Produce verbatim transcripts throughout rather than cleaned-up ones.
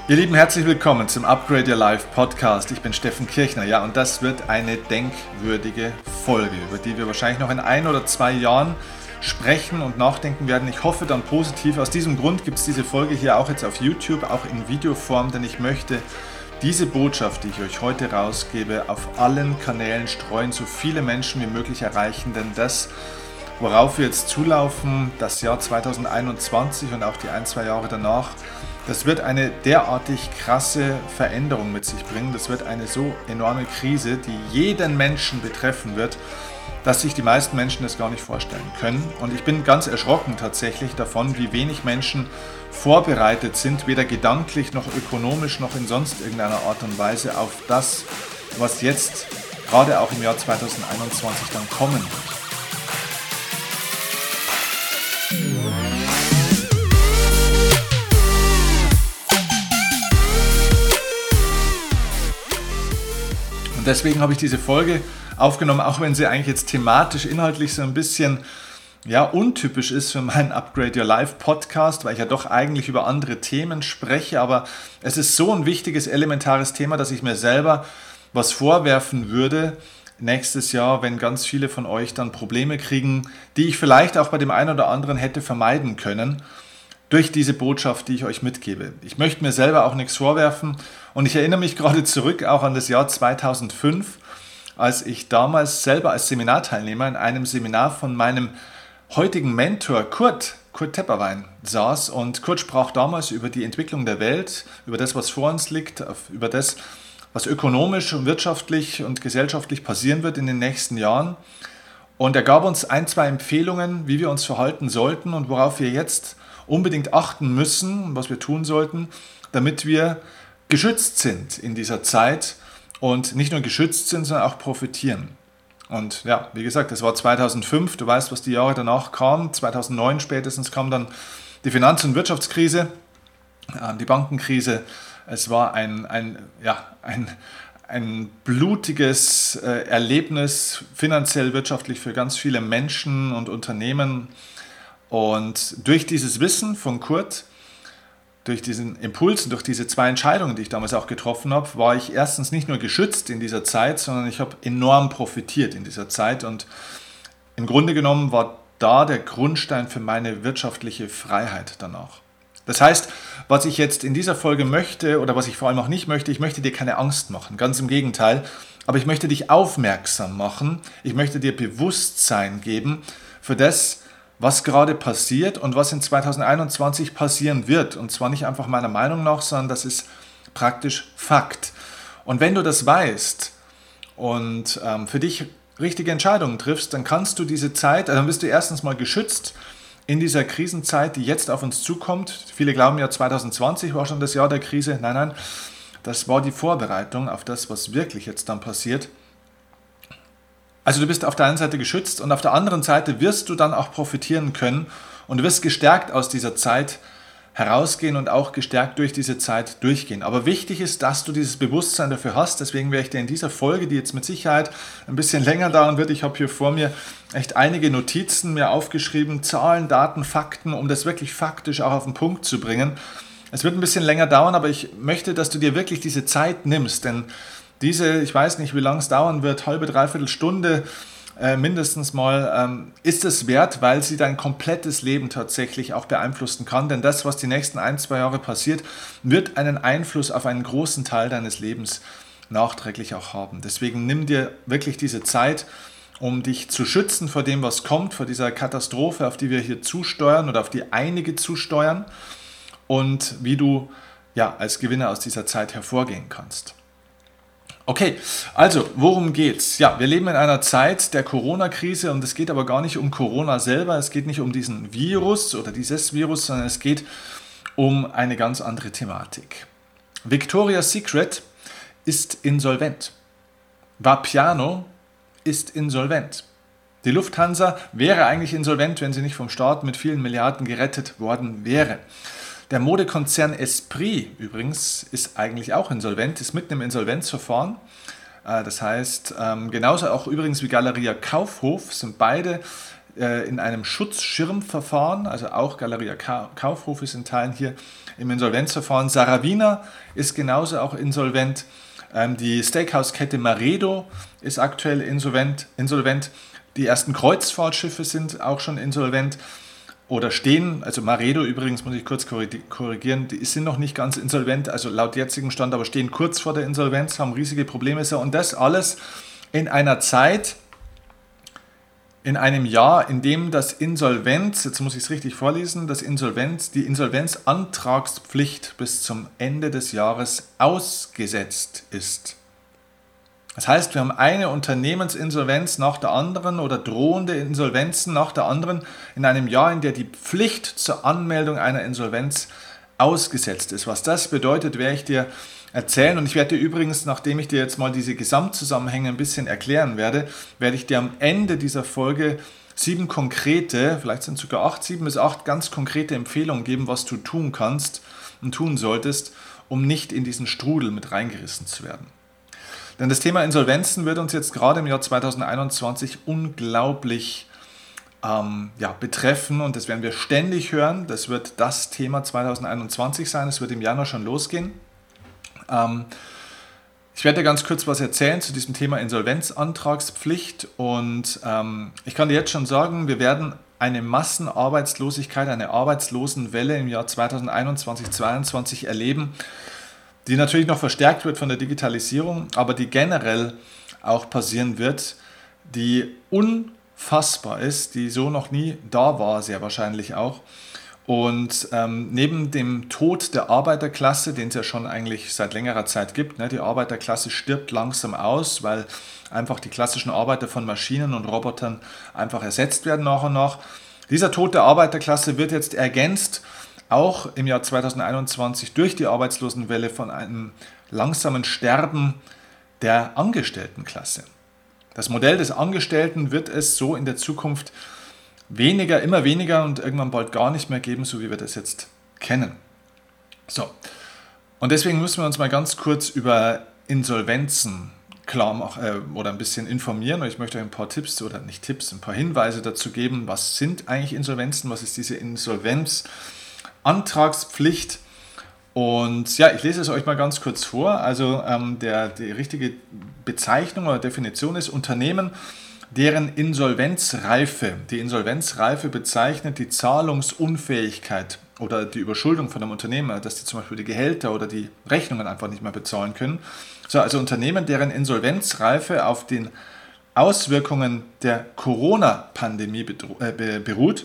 Ihr Lieben, herzlich willkommen zum Upgrade Your Life Podcast. Ich bin Steffen Kirchner, ja, und das wird eine denkwürdige Folge, über die wir wahrscheinlich noch in ein oder zwei Jahren sprechen und nachdenken werden. Ich hoffe dann positiv. Aus diesem Grund gibt es diese Folge hier auch jetzt auf YouTube, auch in Videoform, denn ich möchte diese Botschaft, die ich euch heute rausgebe, auf allen Kanälen streuen, so viele Menschen wie möglich erreichen, denn das, worauf wir jetzt zulaufen, das Jahr zwanzig einundzwanzig und auch die ein, zwei Jahre danach, das wird eine derartig krasse Veränderung mit sich bringen. Das wird eine so enorme Krise, die jeden Menschen betreffen wird, dass sich die meisten Menschen das gar nicht vorstellen können. Und ich bin ganz erschrocken tatsächlich davon, wie wenig Menschen vorbereitet sind, weder gedanklich noch ökonomisch noch in sonst irgendeiner Art und Weise auf das, was jetzt gerade auch im Jahr zwanzig einundzwanzig dann kommen wird. Und deswegen habe ich diese Folge aufgenommen, auch wenn sie eigentlich jetzt thematisch, inhaltlich so ein bisschen ja, untypisch ist für meinen Upgrade Your Life Podcast, weil ich ja doch eigentlich über andere Themen spreche, aber es ist so ein wichtiges, elementares Thema, dass ich mir selber was vorwerfen würde nächstes Jahr, wenn ganz viele von euch dann Probleme kriegen, die ich vielleicht auch bei dem einen oder anderen hätte vermeiden können, durch diese Botschaft, die ich euch mitgebe. Ich möchte mir selber auch nichts vorwerfen und ich erinnere mich gerade zurück auch an das Jahr zweitausendfünf, als ich damals selber als Seminarteilnehmer in einem Seminar von meinem heutigen Mentor Kurt, Kurt Tepperwein, saß und Kurt sprach damals über die Entwicklung der Welt, über das, was vor uns liegt, über das, was ökonomisch und wirtschaftlich und gesellschaftlich passieren wird in den nächsten Jahren. Und er gab uns ein, zwei Empfehlungen, wie wir uns verhalten sollten und worauf wir jetzt unbedingt achten müssen, was wir tun sollten, damit wir geschützt sind in dieser Zeit und nicht nur geschützt sind, sondern auch profitieren. Und ja, wie gesagt, das war zweitausendfünf, du weißt, was die Jahre danach kam, zweitausendneun spätestens kam dann die Finanz- und Wirtschaftskrise, die Bankenkrise. Es war ein, ein, ja, ein, ein blutiges Erlebnis, finanziell, wirtschaftlich für ganz viele Menschen und Unternehmen. Und durch dieses Wissen von Kurt, durch diesen Impuls und durch diese zwei Entscheidungen, die ich damals auch getroffen habe, war ich erstens nicht nur geschützt in dieser Zeit, sondern ich habe enorm profitiert in dieser Zeit. Und im Grunde genommen war da der Grundstein für meine wirtschaftliche Freiheit danach. Das heißt, was ich jetzt in dieser Folge möchte oder was ich vor allem auch nicht möchte, ich möchte dir keine Angst machen, ganz im Gegenteil, aber ich möchte dich aufmerksam machen, ich möchte dir Bewusstsein geben für das, was gerade passiert und was in zwanzig einundzwanzig passieren wird. Und zwar nicht einfach meiner Meinung nach, sondern das ist praktisch Fakt. Und wenn du das weißt und ähm, für dich richtige Entscheidungen triffst, dann kannst du diese Zeit, dann bist du erstens mal geschützt in dieser Krisenzeit, die jetzt auf uns zukommt. Viele glauben ja, zwanzig zwanzig war schon das Jahr der Krise. Nein, nein, das war die Vorbereitung auf das, was wirklich jetzt dann passiert. Also du bist auf der einen Seite geschützt und auf der anderen Seite wirst du dann auch profitieren können und du wirst gestärkt aus dieser Zeit herausgehen und auch gestärkt durch diese Zeit durchgehen. Aber wichtig ist, dass du dieses Bewusstsein dafür hast. Deswegen werde ich dir in dieser Folge, die jetzt mit Sicherheit ein bisschen länger dauern wird, ich habe hier vor mir echt einige Notizen mir aufgeschrieben, Zahlen, Daten, Fakten, um das wirklich faktisch auch auf den Punkt zu bringen. Es wird ein bisschen länger dauern, aber ich möchte, dass du dir wirklich diese Zeit nimmst, denn diese, ich weiß nicht, wie lange es dauern wird, halbe, dreiviertel Stunde äh, mindestens mal, ähm, ist es wert, weil sie dein komplettes Leben tatsächlich auch beeinflussen kann. Denn das, was die nächsten ein, zwei Jahre passiert, wird einen Einfluss auf einen großen Teil deines Lebens nachträglich auch haben. Deswegen nimm dir wirklich diese Zeit, um dich zu schützen vor dem, was kommt, vor dieser Katastrophe, auf die wir hier zusteuern oder auf die einige zusteuern und wie du ja, als Gewinner aus dieser Zeit hervorgehen kannst. Okay, also worum geht's? Ja, wir leben in einer Zeit der Corona-Krise und es geht aber gar nicht um Corona selber, es geht nicht um diesen Virus oder dieses Virus, sondern es geht um eine ganz andere Thematik. Victoria's Secret ist insolvent. Vapiano ist insolvent. Die Lufthansa wäre eigentlich insolvent, wenn sie nicht vom Staat mit vielen Milliarden gerettet worden wäre. Der Modekonzern Esprit übrigens ist eigentlich auch insolvent, ist mitten im Insolvenzverfahren. Das heißt, genauso auch übrigens wie Galeria Kaufhof sind beide äh, in einem Schutzschirmverfahren, also auch Galeria Kaufhof ist in Teilen hier im Insolvenzverfahren. Saravina ist genauso auch insolvent. Ähm, die Steakhouse-Kette Maredo ist aktuell insolvent, insolvent. Die ersten Kreuzfahrtschiffe sind auch schon insolvent oder stehen, also Maredo übrigens, muss ich kurz korrigieren, die sind noch nicht ganz insolvent, also laut jetzigem Stand, aber stehen kurz vor der Insolvenz, haben riesige Probleme. So, und das alles in einer Zeit, in einem Jahr, in dem das Insolvenz, jetzt muss ich es richtig vorlesen, das Insolvenz, die Insolvenzantragspflicht bis zum Ende des Jahres ausgesetzt ist. Das heißt, wir haben eine Unternehmensinsolvenz nach der anderen oder drohende Insolvenzen nach der anderen in einem Jahr, in der die Pflicht zur Anmeldung einer Insolvenz ausgesetzt ist. Was das bedeutet, werde ich dir erzählen. Und ich werde dir übrigens, nachdem ich dir jetzt mal diese Gesamtzusammenhänge ein bisschen erklären werde, werde ich dir am Ende dieser Folge sieben konkrete, vielleicht sind es sogar acht, sieben bis acht ganz konkrete Empfehlungen geben, was du tun kannst und tun solltest, um nicht in diesen Strudel mit reingerissen zu werden. Denn das Thema Insolvenzen wird uns jetzt gerade im Jahr zweitausendeinundzwanzig unglaublich ähm, ja, betreffen und das werden wir ständig hören. Das wird das Thema zweitausendeinundzwanzig sein, es wird im Januar schon losgehen. Ähm, ich werde dir ganz kurz was erzählen zu diesem Thema Insolvenzantragspflicht und ähm, ich kann dir jetzt schon sagen, wir werden eine Massenarbeitslosigkeit, eine Arbeitslosenwelle im Jahr zweitausendeinundzwanzig zweiundzwanzig erleben, die natürlich noch verstärkt wird von der Digitalisierung, aber die generell auch passieren wird, die unfassbar ist, die so noch nie da war, sehr wahrscheinlich auch. Und ähm, neben dem Tod der Arbeiterklasse, den es ja schon eigentlich seit längerer Zeit gibt, ne, die Arbeiterklasse stirbt langsam aus, weil einfach die klassischen Arbeiter von Maschinen und Robotern einfach ersetzt werden nach und nach. Dieser Tod der Arbeiterklasse wird jetzt ergänzt, auch im Jahr zweitausendeinundzwanzig durch die Arbeitslosenwelle von einem langsamen Sterben der Angestelltenklasse. Das Modell des Angestellten wird es so in der Zukunft weniger, immer weniger und irgendwann bald gar nicht mehr geben, so wie wir das jetzt kennen. So, und deswegen müssen wir uns mal ganz kurz über Insolvenzen klar machen äh, oder ein bisschen informieren. Und ich möchte euch ein paar Tipps oder nicht Tipps, ein paar Hinweise dazu geben, was sind eigentlich Insolvenzen, was ist diese Insolvenz? Antragspflicht und ja, ich lese es euch mal ganz kurz vor. Also ähm, der, die richtige Bezeichnung oder Definition ist Unternehmen, deren Insolvenzreife, die Insolvenzreife bezeichnet die Zahlungsunfähigkeit oder die Überschuldung von einem Unternehmen, dass die zum Beispiel die Gehälter oder die Rechnungen einfach nicht mehr bezahlen können. So, also Unternehmen, deren Insolvenzreife auf den Auswirkungen der Corona-Pandemie beruht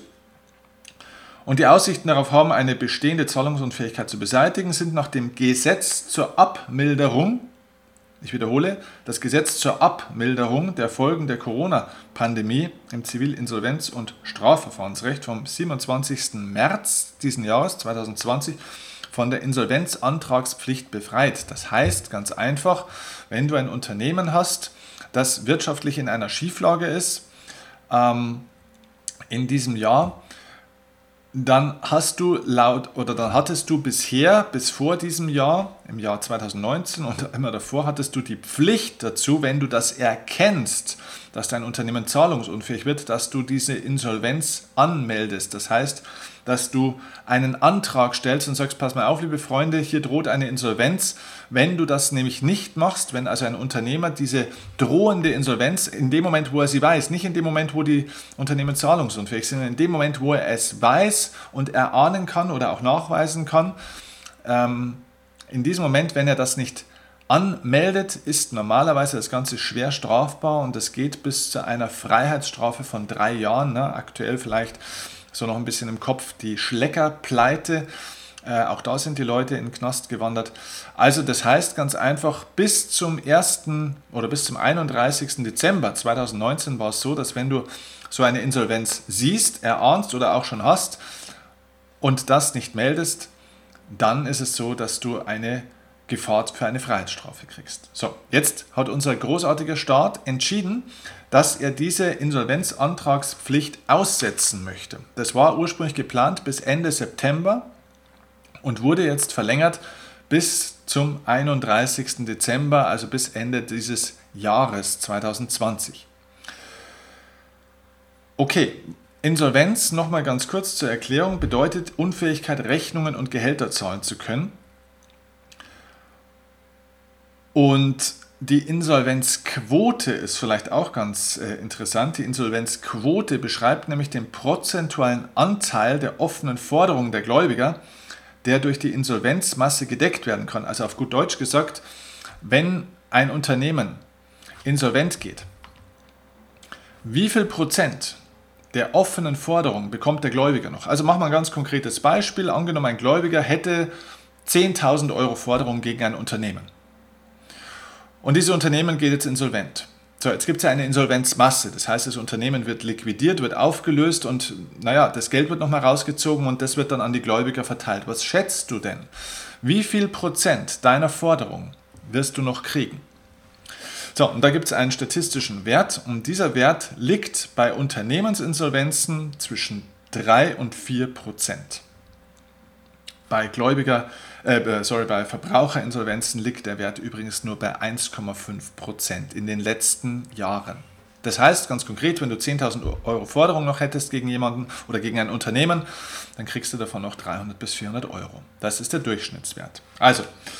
und die Aussichten darauf haben, eine bestehende Zahlungsunfähigkeit zu beseitigen, sind nach dem Gesetz zur Abmilderung, ich wiederhole, das Gesetz zur Abmilderung der Folgen der Corona-Pandemie im Zivilinsolvenz- und Strafverfahrensrecht vom siebenundzwanzigsten März diesen Jahres zweitausendzwanzig von der Insolvenzantragspflicht befreit. Das heißt ganz einfach, wenn du ein Unternehmen hast, das wirtschaftlich in einer Schieflage ist, ähm, in diesem Jahr, dann hast du laut oder dann hattest du bisher, bis vor diesem Jahr, im Jahr zweitausendneunzehn und immer davor, hattest du die Pflicht dazu, wenn du das erkennst, dass dein Unternehmen zahlungsunfähig wird, dass du diese Insolvenz anmeldest. Das heißt, dass du einen Antrag stellst und sagst, pass mal auf, liebe Freunde, hier droht eine Insolvenz. Wenn du das nämlich nicht machst, wenn also ein Unternehmer diese drohende Insolvenz in dem Moment, wo er sie weiß, nicht in dem Moment, wo die Unternehmen zahlungsunfähig sind, sondern in dem Moment, wo er es weiß und erahnen kann oder auch nachweisen kann, ähm, in diesem Moment, wenn er das nicht anmeldet, ist normalerweise das Ganze schwer strafbar und das geht bis zu einer Freiheitsstrafe von drei Jahren, ne? Aktuell vielleicht so noch ein bisschen im Kopf die Schleckerpleite. Äh, auch da sind die Leute in den Knast gewandert. Also das heißt ganz einfach, bis zum ersten oder bis zum einunddreißigsten Dezember zweitausendneunzehn war es so, dass wenn du so eine Insolvenz siehst, erahnst oder auch schon hast und das nicht meldest, dann ist es so, dass du eine Gefahr für eine Freiheitsstrafe kriegst. So, jetzt hat unser großartiger Staat entschieden, dass er diese Insolvenzantragspflicht aussetzen möchte. Das war ursprünglich geplant bis Ende September und wurde jetzt verlängert bis zum einunddreißigsten Dezember, also bis Ende dieses Jahres zweitausendzwanzig. Okay, Insolvenz, nochmal ganz kurz zur Erklärung, bedeutet Unfähigkeit, Rechnungen und Gehälter zahlen zu können. Und die Insolvenzquote ist vielleicht auch ganz äh, interessant. Die Insolvenzquote beschreibt nämlich den prozentualen Anteil der offenen Forderungen der Gläubiger, der durch die Insolvenzmasse gedeckt werden kann. Also auf gut Deutsch gesagt, wenn ein Unternehmen insolvent geht, wie viel Prozent der offenen Forderungen bekommt der Gläubiger noch? Also machen wir ein ganz konkretes Beispiel. Angenommen, ein Gläubiger hätte zehntausend Euro Forderungen gegen ein Unternehmen. Und dieses Unternehmen geht jetzt insolvent. So, jetzt gibt es ja eine Insolvenzmasse. Das heißt, das Unternehmen wird liquidiert, wird aufgelöst und naja, das Geld wird nochmal rausgezogen und das wird dann an die Gläubiger verteilt. Was schätzt du denn? Wie viel Prozent deiner Forderungen wirst du noch kriegen? So, und da gibt es einen statistischen Wert und dieser Wert liegt bei Unternehmensinsolvenzen zwischen drei und vier Prozent. Bei Gläubiger, äh, sorry, bei Verbraucherinsolvenzen liegt der Wert übrigens nur bei eins Komma fünf Prozent in den letzten Jahren. Das heißt, ganz konkret, wenn du zehntausend Euro Forderung noch hättest gegen jemanden oder gegen ein Unternehmen, dann kriegst du davon noch dreihundert bis vierhundert Euro. Das ist der Durchschnittswert. Also,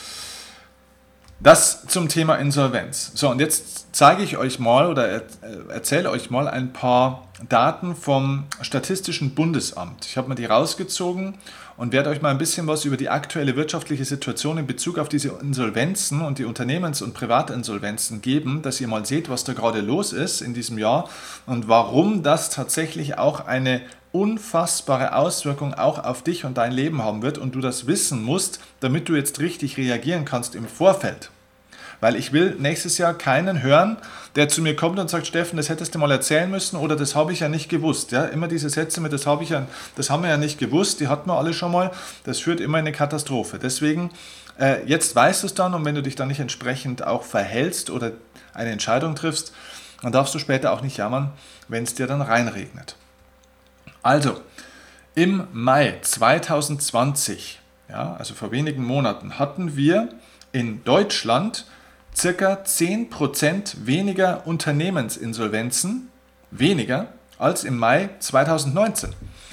das zum Thema Insolvenz. So, und jetzt zeige ich euch mal oder erzähle euch mal ein paar Daten vom Statistischen Bundesamt. Ich habe mir die rausgezogen und werde euch mal ein bisschen was über die aktuelle wirtschaftliche Situation in Bezug auf diese Insolvenzen und die Unternehmens- und Privatinsolvenzen geben, dass ihr mal seht, was da gerade los ist in diesem Jahr und warum das tatsächlich auch eine unfassbare Auswirkung auch auf dich und dein Leben haben wird und du das wissen musst, damit du jetzt richtig reagieren kannst im Vorfeld. Weil ich will nächstes Jahr keinen hören, der zu mir kommt und sagt, Steffen, das hättest du mal erzählen müssen oder das habe ich ja nicht gewusst. Ja, immer diese Sätze mit, das, habe ich ja, das haben wir ja nicht gewusst, die hatten wir alle schon mal, das führt immer in eine Katastrophe. Deswegen, äh, jetzt weißt du es dann und wenn du dich dann nicht entsprechend auch verhältst oder eine Entscheidung triffst, dann darfst du später auch nicht jammern, wenn es dir dann reinregnet. Also, im Mai zweitausendzwanzig, ja, also vor wenigen Monaten, hatten wir in Deutschland circa zehn Prozent weniger Unternehmensinsolvenzen, weniger als im Mai zweitausendneunzehn.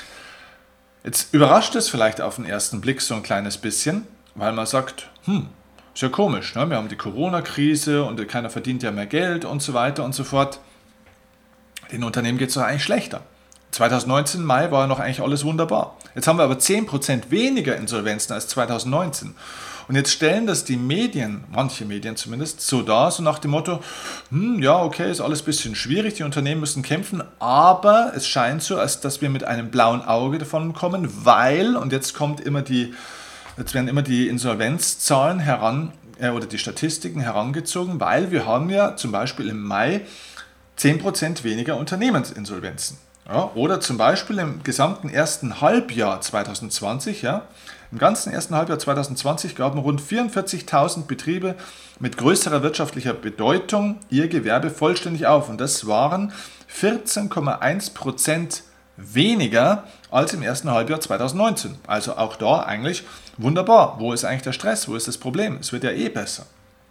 Jetzt überrascht es vielleicht auf den ersten Blick so ein kleines bisschen, weil man sagt, hm, ist ja komisch, ne? Wir haben die Corona-Krise und keiner verdient ja mehr Geld und so weiter und so fort. Den Unternehmen geht es doch eigentlich schlechter. zweitausendneunzehn im Mai war noch eigentlich alles wunderbar. Jetzt haben wir aber zehn Prozent weniger Insolvenzen als zweitausendneunzehn. Und jetzt stellen das die Medien, manche Medien zumindest, so dar, so nach dem Motto, hm, ja, okay, ist alles ein bisschen schwierig, die Unternehmen müssen kämpfen, aber es scheint so, als dass wir mit einem blauen Auge davon kommen, weil, und jetzt kommt immer die, jetzt werden immer die Insolvenzzahlen heran, äh, oder die Statistiken herangezogen, weil wir haben ja zum Beispiel im Mai zehn Prozent weniger Unternehmensinsolvenzen. Ja, oder zum Beispiel im gesamten ersten Halbjahr zweitausendzwanzig, ja, im ganzen ersten Halbjahr zweitausendzwanzig gaben rund vierundvierzigtausend Betriebe mit größerer wirtschaftlicher Bedeutung ihr Gewerbe vollständig auf. Und das waren vierzehn Komma eins Prozent weniger als im ersten Halbjahr zweitausendneunzehn. Also auch da eigentlich wunderbar. Wo ist eigentlich der Stress? Wo ist das Problem? Es wird ja eh besser.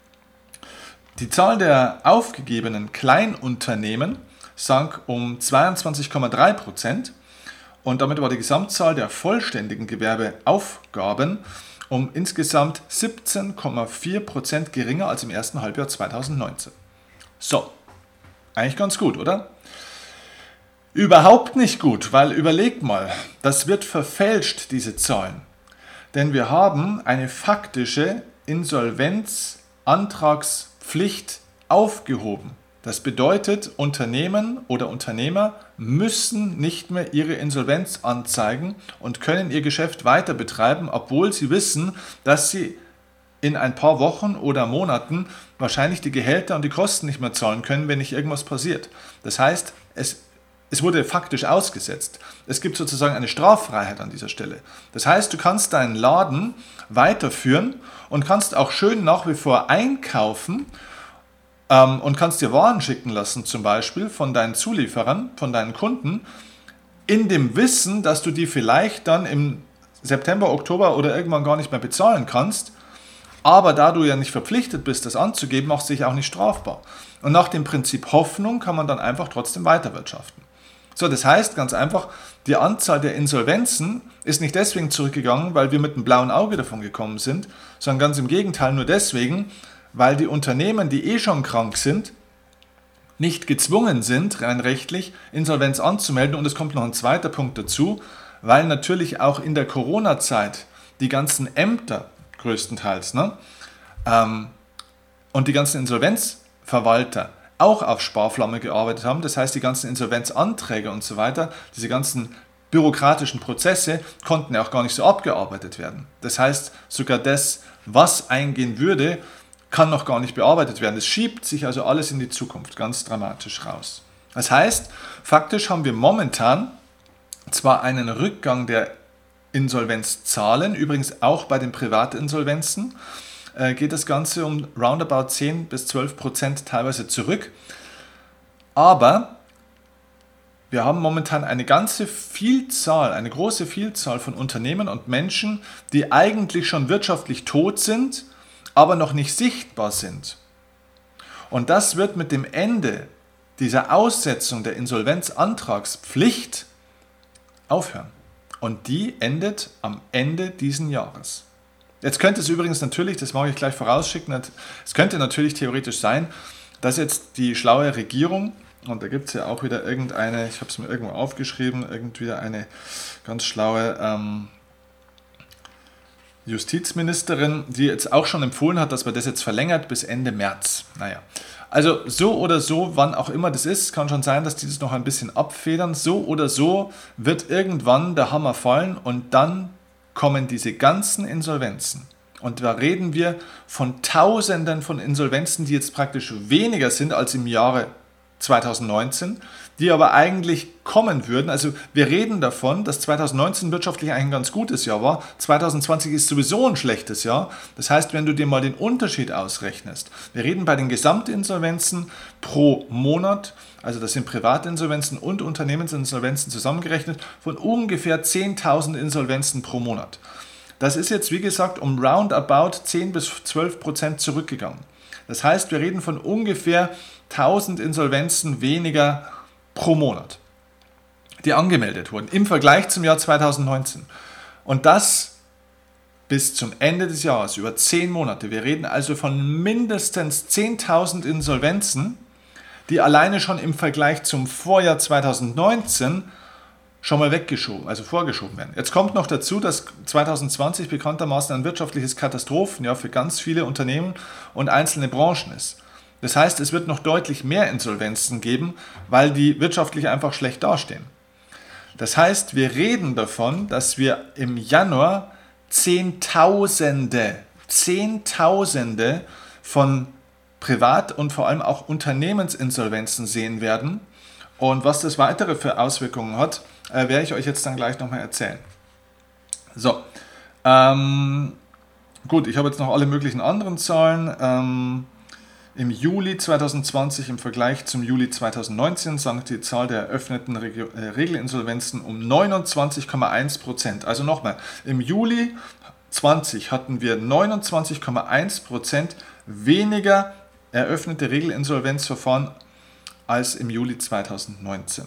Die Zahl der aufgegebenen Kleinunternehmen sank um zweiundzwanzig Komma drei Prozent und damit war die Gesamtzahl der vollständigen Gewerbeaufgaben um insgesamt siebzehn Komma vier Prozent geringer als im ersten Halbjahr zweitausendneunzehn. So, eigentlich ganz gut, oder? Überhaupt nicht gut, weil überlegt mal, das wird verfälscht, diese Zahlen. Denn wir haben eine faktische Insolvenzantragspflicht aufgehoben. Das bedeutet, Unternehmen oder Unternehmer müssen nicht mehr ihre Insolvenz anzeigen und können ihr Geschäft weiter betreiben, obwohl sie wissen, dass sie in ein paar Wochen oder Monaten wahrscheinlich die Gehälter und die Kosten nicht mehr zahlen können, wenn nicht irgendwas passiert. Das heißt, es, es wurde faktisch ausgesetzt. Es gibt sozusagen eine Straffreiheit an dieser Stelle. Das heißt, du kannst deinen Laden weiterführen und kannst auch schön nach wie vor einkaufen und kannst dir Waren schicken lassen, zum Beispiel von deinen Zulieferern, von deinen Kunden, in dem Wissen, dass du die vielleicht dann im September, Oktober oder irgendwann gar nicht mehr bezahlen kannst, aber da du ja nicht verpflichtet bist, das anzugeben, machst du dich auch nicht strafbar. Und nach dem Prinzip Hoffnung kann man dann einfach trotzdem weiterwirtschaften. So, das heißt ganz einfach, die Anzahl der Insolvenzen ist nicht deswegen zurückgegangen, weil wir mit einem blauen Auge davon gekommen sind, sondern ganz im Gegenteil, nur deswegen, weil die Unternehmen, die eh schon krank sind, nicht gezwungen sind, rein rechtlich, Insolvenz anzumelden. Und es kommt noch ein zweiter Punkt dazu, weil natürlich auch in der Corona-Zeit die ganzen Ämter größtenteils ne, ähm, und die ganzen Insolvenzverwalter auch auf Sparflamme gearbeitet haben. Das heißt, die ganzen Insolvenzanträge und so weiter, diese ganzen bürokratischen Prozesse konnten ja auch gar nicht so abgearbeitet werden. Das heißt, sogar das, was eingehen würde, kann noch gar nicht bearbeitet werden. Es schiebt sich also alles in die Zukunft ganz dramatisch raus. Das heißt, faktisch haben wir momentan zwar einen Rückgang der Insolvenzzahlen, übrigens auch bei den Privatinsolvenzen, äh, geht das Ganze um roundabout zehn bis zwölf Prozent teilweise zurück, aber wir haben momentan eine ganze Vielzahl, eine große Vielzahl von Unternehmen und Menschen, die eigentlich schon wirtschaftlich tot sind, aber noch nicht sichtbar sind. Und das wird mit dem Ende dieser Aussetzung der Insolvenzantragspflicht aufhören. Und die endet am Ende diesen Jahres. Jetzt könnte es übrigens natürlich, das mag ich gleich vorausschicken, es könnte natürlich theoretisch sein, dass jetzt die schlaue Regierung, und da gibt es ja auch wieder irgendeine, ich habe es mir irgendwo aufgeschrieben, irgendwie eine ganz schlaue ähm, Justizministerin, die jetzt auch schon empfohlen hat, dass man das jetzt verlängert bis Ende März. Naja, also so oder so, wann auch immer das ist, kann schon sein, dass die das noch ein bisschen abfedern. So oder so wird irgendwann der Hammer fallen und dann kommen diese ganzen Insolvenzen. Und da reden wir von Tausenden von Insolvenzen, die jetzt praktisch weniger sind als im Jahre zweitausendneunzehn, die aber eigentlich kommen würden. Also wir reden davon, dass zweitausendneunzehn wirtschaftlich eigentlich ein ganz gutes Jahr war. zweitausendzwanzig ist sowieso ein schlechtes Jahr. Das heißt, wenn du dir mal den Unterschied ausrechnest, wir reden bei den Gesamtinsolvenzen pro Monat, also das sind Privatinsolvenzen und Unternehmensinsolvenzen zusammengerechnet, von ungefähr zehntausend Insolvenzen pro Monat. Das ist jetzt, wie gesagt, um roundabout zehn bis zwölf Prozent zurückgegangen. Das heißt, wir reden von ungefähr tausend Insolvenzen weniger pro Monat, die angemeldet wurden, im Vergleich zum Jahr zweitausendneunzehn. Und das bis zum Ende des Jahres, über zehn Monate. Wir reden also von mindestens zehntausend Insolvenzen, die alleine schon im Vergleich zum Vorjahr zweitausendneunzehn schon mal weggeschoben, also vorgeschoben werden. Jetzt kommt noch dazu, dass zweitausendzwanzig bekanntermaßen ein wirtschaftliches Katastrophenjahr für ganz viele Unternehmen und einzelne Branchen ist. Das heißt, es wird noch deutlich mehr Insolvenzen geben, weil die wirtschaftlich einfach schlecht dastehen. Das heißt, wir reden davon, dass wir im Januar Zehntausende, Zehntausende von Privat- und vor allem auch Unternehmensinsolvenzen sehen werden. Und was das weitere für Auswirkungen hat, äh, werde ich euch jetzt dann gleich nochmal erzählen. So, ähm, gut, ich habe jetzt noch alle möglichen anderen Zahlen. Ähm, Im Juli zweitausendzwanzig im Vergleich zum Juli zweitausendneunzehn sank die Zahl der eröffneten Reg- äh, Regelinsolvenzen um neunundzwanzig Komma eins Prozent. Also nochmal, im Juli zwanzig hatten wir neunundzwanzig Komma eins Prozent weniger eröffnete Regelinsolvenzverfahren als im Juli zweitausendneunzehn.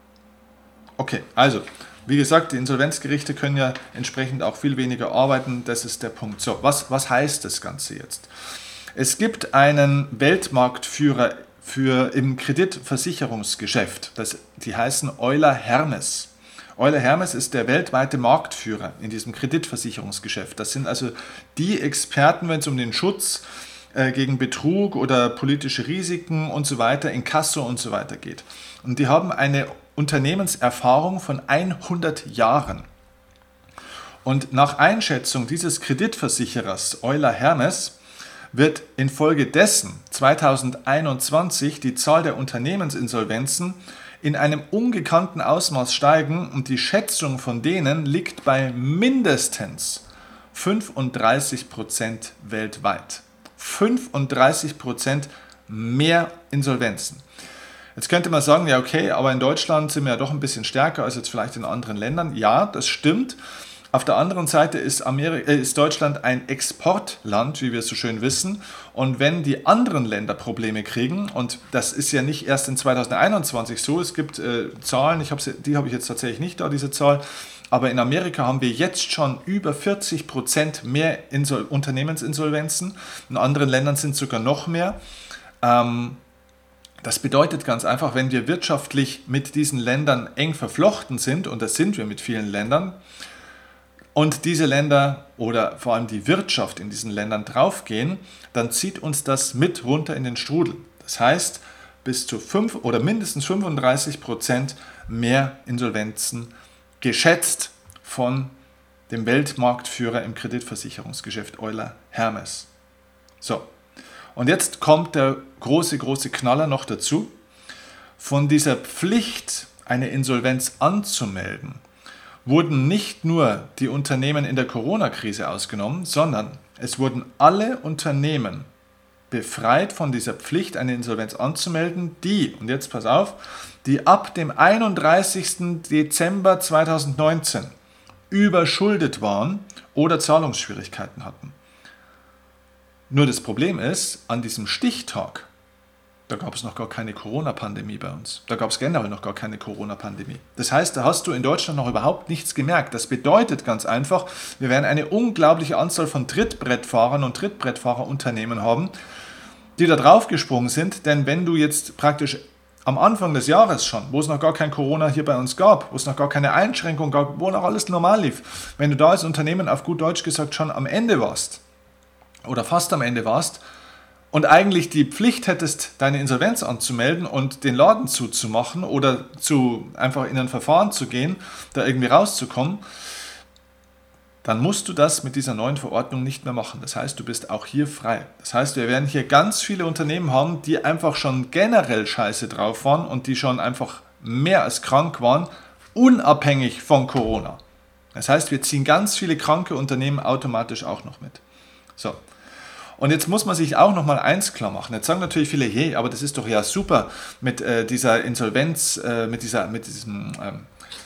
Okay, also, wie gesagt, die Insolvenzgerichte können ja entsprechend auch viel weniger arbeiten, das ist der Punkt. So, was, was heißt das Ganze jetzt? Es gibt einen Weltmarktführer für im Kreditversicherungsgeschäft, das, die heißen Euler Hermes. Euler Hermes ist der weltweite Marktführer in diesem Kreditversicherungsgeschäft. Das sind also die Experten, wenn es um den Schutz äh, gegen Betrug oder politische Risiken und so weiter, Inkasso und so weiter geht. Und die haben eine Unternehmenserfahrung von hundert Jahren. Und nach Einschätzung dieses Kreditversicherers Euler Hermes wird infolgedessen zweitausendeinundzwanzig die Zahl der Unternehmensinsolvenzen in einem ungekannten Ausmaß steigen und die Schätzung von denen liegt bei mindestens fünfunddreißig Prozent weltweit. fünfunddreißig Prozent mehr Insolvenzen. Jetzt könnte man sagen, ja okay, aber in Deutschland sind wir ja doch ein bisschen stärker als jetzt vielleicht in anderen Ländern. Ja, das stimmt. Auf der anderen Seite ist, Amerika, äh, ist Deutschland ein Exportland, wie wir so schön wissen. Und wenn die anderen Länder Probleme kriegen, und das ist ja nicht erst in zweitausendeinundzwanzig so, es gibt äh, Zahlen, ich hab's, die habe ich jetzt tatsächlich nicht da, diese Zahl, aber in Amerika haben wir jetzt schon über vierzig Prozent mehr Insol- Unternehmensinsolvenzen. In anderen Ländern sind es sogar noch mehr. Ähm, Das bedeutet ganz einfach, wenn wir wirtschaftlich mit diesen Ländern eng verflochten sind, und das sind wir mit vielen Ländern, und diese Länder oder vor allem die Wirtschaft in diesen Ländern draufgehen, dann zieht uns das mit runter in den Strudel. Das heißt, bis zu fünf oder mindestens fünfunddreißig Prozent mehr Insolvenzen geschätzt von dem Weltmarktführer im Kreditversicherungsgeschäft Euler Hermes. So, und jetzt kommt der große, große Knaller noch dazu. Von dieser Pflicht, eine Insolvenz anzumelden, wurden nicht nur die Unternehmen in der Corona-Krise ausgenommen, sondern es wurden alle Unternehmen befreit von dieser Pflicht, eine Insolvenz anzumelden, die, und jetzt pass auf, die ab dem einunddreißigsten Dezember zweitausendneunzehn überschuldet waren oder Zahlungsschwierigkeiten hatten. Nur das Problem ist, an diesem Stichtag, da gab es noch gar keine Corona-Pandemie bei uns. Da gab es generell noch gar keine Corona-Pandemie. Das heißt, da hast du in Deutschland noch überhaupt nichts gemerkt. Das bedeutet ganz einfach, wir werden eine unglaubliche Anzahl von Trittbrettfahrern und Trittbrettfahrerunternehmen haben, die da draufgesprungen sind. Denn wenn du jetzt praktisch am Anfang des Jahres schon, wo es noch gar kein Corona hier bei uns gab, wo es noch gar keine Einschränkung gab, wo noch alles normal lief, wenn du da als Unternehmen auf gut Deutsch gesagt schon am Ende warst oder fast am Ende warst, und eigentlich die Pflicht hättest, deine Insolvenz anzumelden und den Laden zuzumachen oder zu, einfach in ein Verfahren zu gehen, da irgendwie rauszukommen, dann musst du das mit dieser neuen Verordnung nicht mehr machen. Das heißt, du bist auch hier frei. Das heißt, wir werden hier ganz viele Unternehmen haben, die einfach schon generell scheiße drauf waren und die schon einfach mehr als krank waren, unabhängig von Corona. Das heißt, wir ziehen ganz viele kranke Unternehmen automatisch auch noch mit. So. Und jetzt muss man sich auch noch mal eins klar machen. Jetzt sagen natürlich viele, hey, aber das ist doch ja super mit äh, dieser Insolvenz, äh, mit dieser, mit diesem, ähm,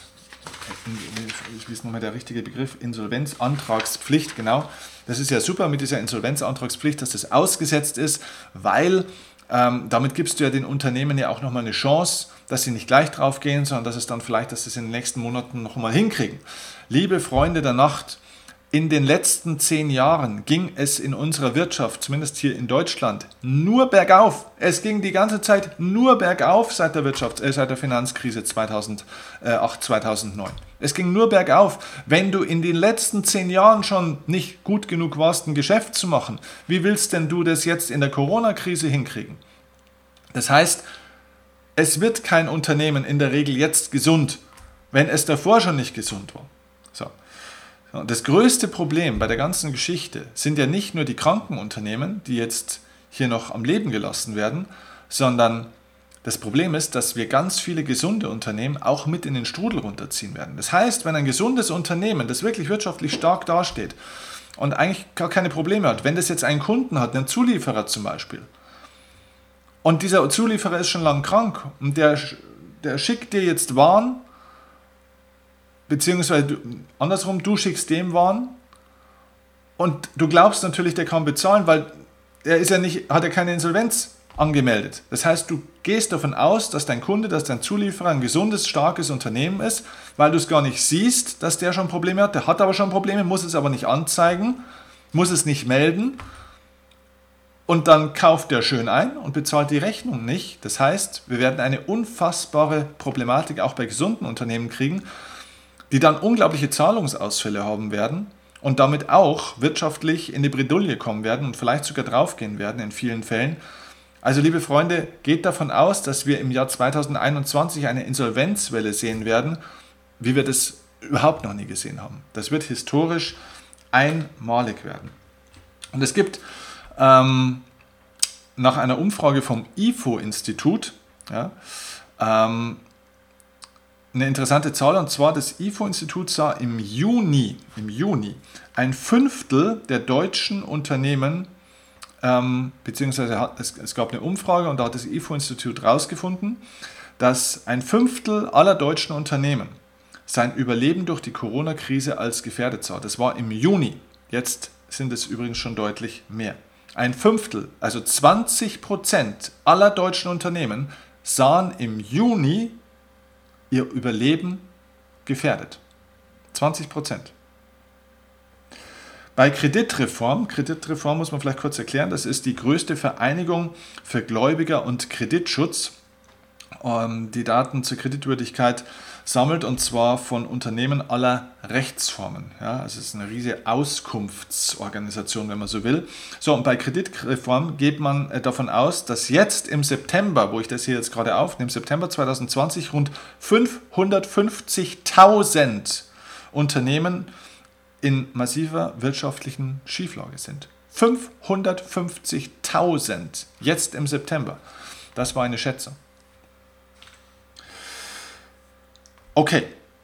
wie ist nochmal der richtige Begriff, Insolvenzantragspflicht, genau. Das ist ja super mit dieser Insolvenzantragspflicht, dass das ausgesetzt ist, weil ähm, damit gibst du ja den Unternehmen ja auch nochmal eine Chance, dass sie nicht gleich drauf gehen, sondern dass es dann vielleicht, dass sie es in den nächsten Monaten noch mal hinkriegen. Liebe Freunde der Nacht, in den letzten zehn Jahren ging es in unserer Wirtschaft, zumindest hier in Deutschland, nur bergauf. Es ging die ganze Zeit nur bergauf seit der Wirtschaft, äh, seit der Finanzkrise zweitausendacht, zweitausendneun. Es ging nur bergauf. Wenn du in den letzten zehn Jahren schon nicht gut genug warst, ein Geschäft zu machen, wie willst denn du das jetzt in der Corona-Krise hinkriegen? Das heißt, es wird kein Unternehmen in der Regel jetzt gesund, wenn es davor schon nicht gesund war. So. Das größte Problem bei der ganzen Geschichte sind ja nicht nur die kranken Unternehmen, die jetzt hier noch am Leben gelassen werden, sondern das Problem ist, dass wir ganz viele gesunde Unternehmen auch mit in den Strudel runterziehen werden. Das heißt, wenn ein gesundes Unternehmen, das wirklich wirtschaftlich stark dasteht und eigentlich gar keine Probleme hat, wenn das jetzt einen Kunden hat, einen Zulieferer zum Beispiel, und dieser Zulieferer ist schon lang krank und der, der schickt dir jetzt Waren, beziehungsweise du, andersrum, du schickst dem Waren und du glaubst natürlich, der kann bezahlen, weil er ist ja nicht, hat ja keine Insolvenz angemeldet. Das heißt, du gehst davon aus, dass dein Kunde, dass dein Zulieferer ein gesundes, starkes Unternehmen ist, weil du es gar nicht siehst, dass der schon Probleme hat. Der hat aber schon Probleme, muss es aber nicht anzeigen, muss es nicht melden und dann kauft der schön ein und bezahlt die Rechnung nicht. Das heißt, wir werden eine unfassbare Problematik auch bei gesunden Unternehmen kriegen, die dann unglaubliche Zahlungsausfälle haben werden und damit auch wirtschaftlich in die Bredouille kommen werden und vielleicht sogar draufgehen werden in vielen Fällen. Also liebe Freunde, geht davon aus, dass wir im Jahr zweitausendeinundzwanzig eine Insolvenzwelle sehen werden, wie wir das überhaupt noch nie gesehen haben. Das wird historisch einmalig werden. Und es gibt ähm, nach einer Umfrage vom I F O-Institut, ja, ähm, eine interessante Zahl, und zwar das I F O-Institut sah im Juni, im Juni ein Fünftel der deutschen Unternehmen, ähm, beziehungsweise hat, es, es gab eine Umfrage und da hat das I F O-Institut herausgefunden, dass ein Fünftel aller deutschen Unternehmen sein Überleben durch die Corona-Krise als gefährdet sah. Das war im Juni. Jetzt sind es übrigens schon deutlich mehr. Ein Fünftel, also zwanzig Prozent aller deutschen Unternehmen sahen im Juni ihr Überleben gefährdet. zwanzig Prozent. Bei Kreditreform, Kreditreform muss man vielleicht kurz erklären, das ist die größte Vereinigung für Gläubiger und Kreditschutz, die Daten zur Kreditwürdigkeit sammelt, und zwar von Unternehmen aller Rechtsformen. Ja, also es ist eine riesige Auskunftsorganisation, wenn man so will. So, und bei Kreditreform geht man davon aus, dass jetzt im September, wo ich das hier jetzt gerade aufnehme, September zwanzig zwanzig, rund fünfhundertfünfzigtausend Unternehmen in massiver wirtschaftlichen Schieflage sind. fünfhundertfünfzigtausend jetzt im September. Das war eine Schätzung. Okay,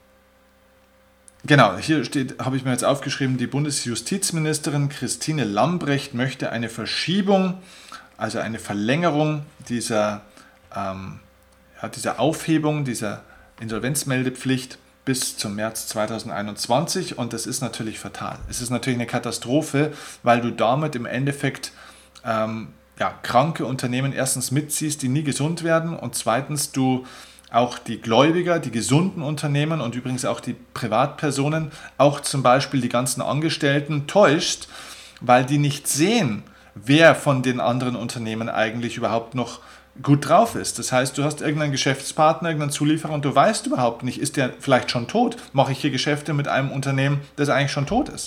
genau, hier steht, habe ich mir jetzt aufgeschrieben, die Bundesjustizministerin Christine Lambrecht möchte eine Verschiebung, also eine Verlängerung dieser, ähm, ja, dieser Aufhebung, dieser Insolvenzmeldepflicht bis zum März zweitausendeinundzwanzig, und das ist natürlich fatal. Es ist natürlich eine Katastrophe, weil du damit im Endeffekt ähm, ja, kranke Unternehmen erstens mitziehst, die nie gesund werden, und zweitens du auch die Gläubiger, die gesunden Unternehmen und übrigens auch die Privatpersonen, auch zum Beispiel die ganzen Angestellten täuscht, weil die nicht sehen, wer von den anderen Unternehmen eigentlich überhaupt noch gut drauf ist. Das heißt, du hast irgendeinen Geschäftspartner, irgendeinen Zulieferer und du weißt überhaupt nicht, ist der vielleicht schon tot? Mache ich hier Geschäfte mit einem Unternehmen, das eigentlich schon tot ist?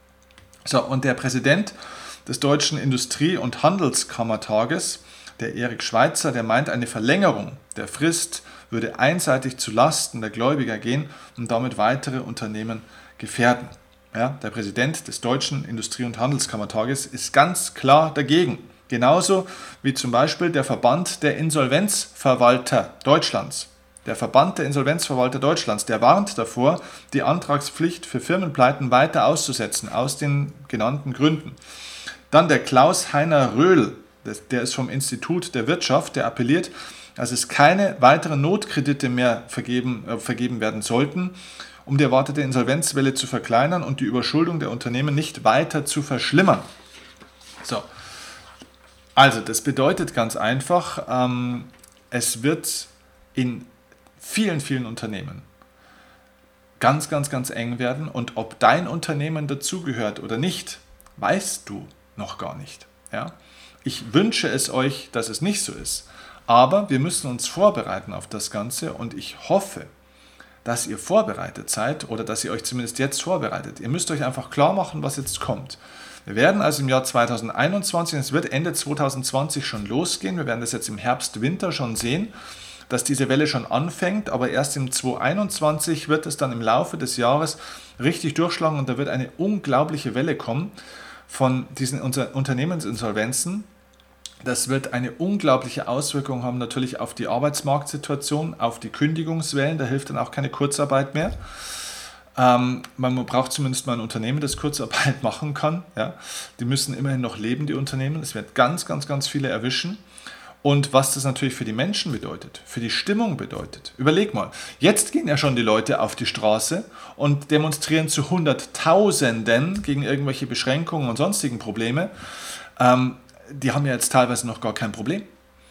So, und der Präsident des Deutschen Industrie- und Handelskammertages, der Erik Schweitzer, der meint, eine Verlängerung der Frist würde einseitig zu Lasten der Gläubiger gehen und damit weitere Unternehmen gefährden. Ja, der Präsident des Deutschen Industrie- und Handelskammertages ist ganz klar dagegen. Genauso wie zum Beispiel der Verband der Insolvenzverwalter Deutschlands. Der Verband der Insolvenzverwalter Deutschlands, der warnt davor, die Antragspflicht für Firmenpleiten weiter auszusetzen, aus den genannten Gründen. Dann der Klaus-Heiner Röhl, der ist vom Institut der Wirtschaft, der appelliert, dass es keine weiteren Notkredite mehr vergeben, äh, vergeben werden sollten, um die erwartete Insolvenzwelle zu verkleinern und die Überschuldung der Unternehmen nicht weiter zu verschlimmern. So, also das bedeutet ganz einfach, ähm, es wird in vielen, vielen Unternehmen ganz, ganz, ganz eng werden, und ob dein Unternehmen dazugehört oder nicht, weißt du noch gar nicht. Ja? Ich wünsche es euch, dass es nicht so ist. Aber wir müssen uns vorbereiten auf das Ganze, und ich hoffe, dass ihr vorbereitet seid oder dass ihr euch zumindest jetzt vorbereitet. Ihr müsst euch einfach klar machen, was jetzt kommt. Wir werden also im Jahr zweitausendeinundzwanzig, es wird Ende zweitausendzwanzig schon losgehen, wir werden das jetzt im Herbst, Winter schon sehen, dass diese Welle schon anfängt, aber erst im zweitausendeinundzwanzig wird es dann im Laufe des Jahres richtig durchschlagen, und da wird eine unglaubliche Welle kommen von diesen Unternehmensinsolvenzen. Das wird eine unglaubliche Auswirkung haben natürlich auf die Arbeitsmarktsituation, auf die Kündigungswellen, da hilft dann auch keine Kurzarbeit mehr. Ähm, man braucht zumindest mal ein Unternehmen, das Kurzarbeit machen kann. Ja. Die müssen immerhin noch leben, die Unternehmen. Es wird ganz, ganz, ganz viele erwischen. Und was das natürlich für die Menschen bedeutet, für die Stimmung bedeutet. Überleg mal, jetzt gehen ja schon die Leute auf die Straße und demonstrieren zu Hunderttausenden gegen irgendwelche Beschränkungen und sonstigen Probleme. Ähm, die haben ja jetzt teilweise noch gar kein Problem.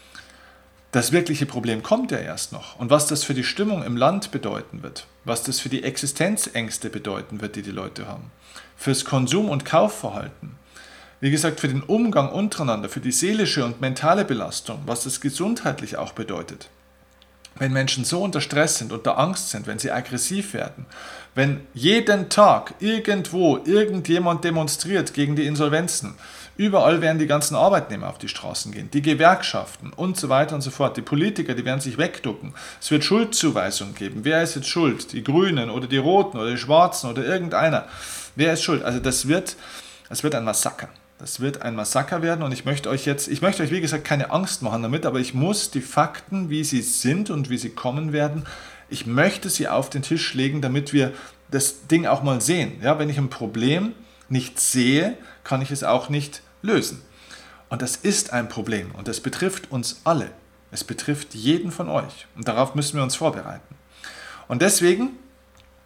Das wirkliche Problem kommt ja erst noch. Und was das für die Stimmung im Land bedeuten wird, was das für die Existenzängste bedeuten wird, die die Leute haben, fürs Konsum- und Kaufverhalten, wie gesagt, für den Umgang untereinander, für die seelische und mentale Belastung, was das gesundheitlich auch bedeutet. Wenn Menschen so unter Stress sind, unter Angst sind, wenn sie aggressiv werden, wenn jeden Tag irgendwo irgendjemand demonstriert gegen die Insolvenzen, überall werden die ganzen Arbeitnehmer auf die Straßen gehen, die Gewerkschaften und so weiter und so fort, die Politiker, die werden sich wegducken, es wird Schuldzuweisungen geben, wer ist jetzt schuld, die Grünen oder die Roten oder die Schwarzen oder irgendeiner, wer ist schuld, also das wird, das wird ein Massaker. Das wird ein Massaker werden, und ich möchte euch jetzt, ich möchte euch wie gesagt keine Angst machen damit, aber ich muss die Fakten, wie sie sind und wie sie kommen werden, ich möchte sie auf den Tisch legen, damit wir das Ding auch mal sehen. Ja, wenn ich ein Problem nicht sehe, kann ich es auch nicht lösen. Und das ist ein Problem, und das betrifft uns alle. Es betrifft jeden von euch, und darauf müssen wir uns vorbereiten. Und deswegen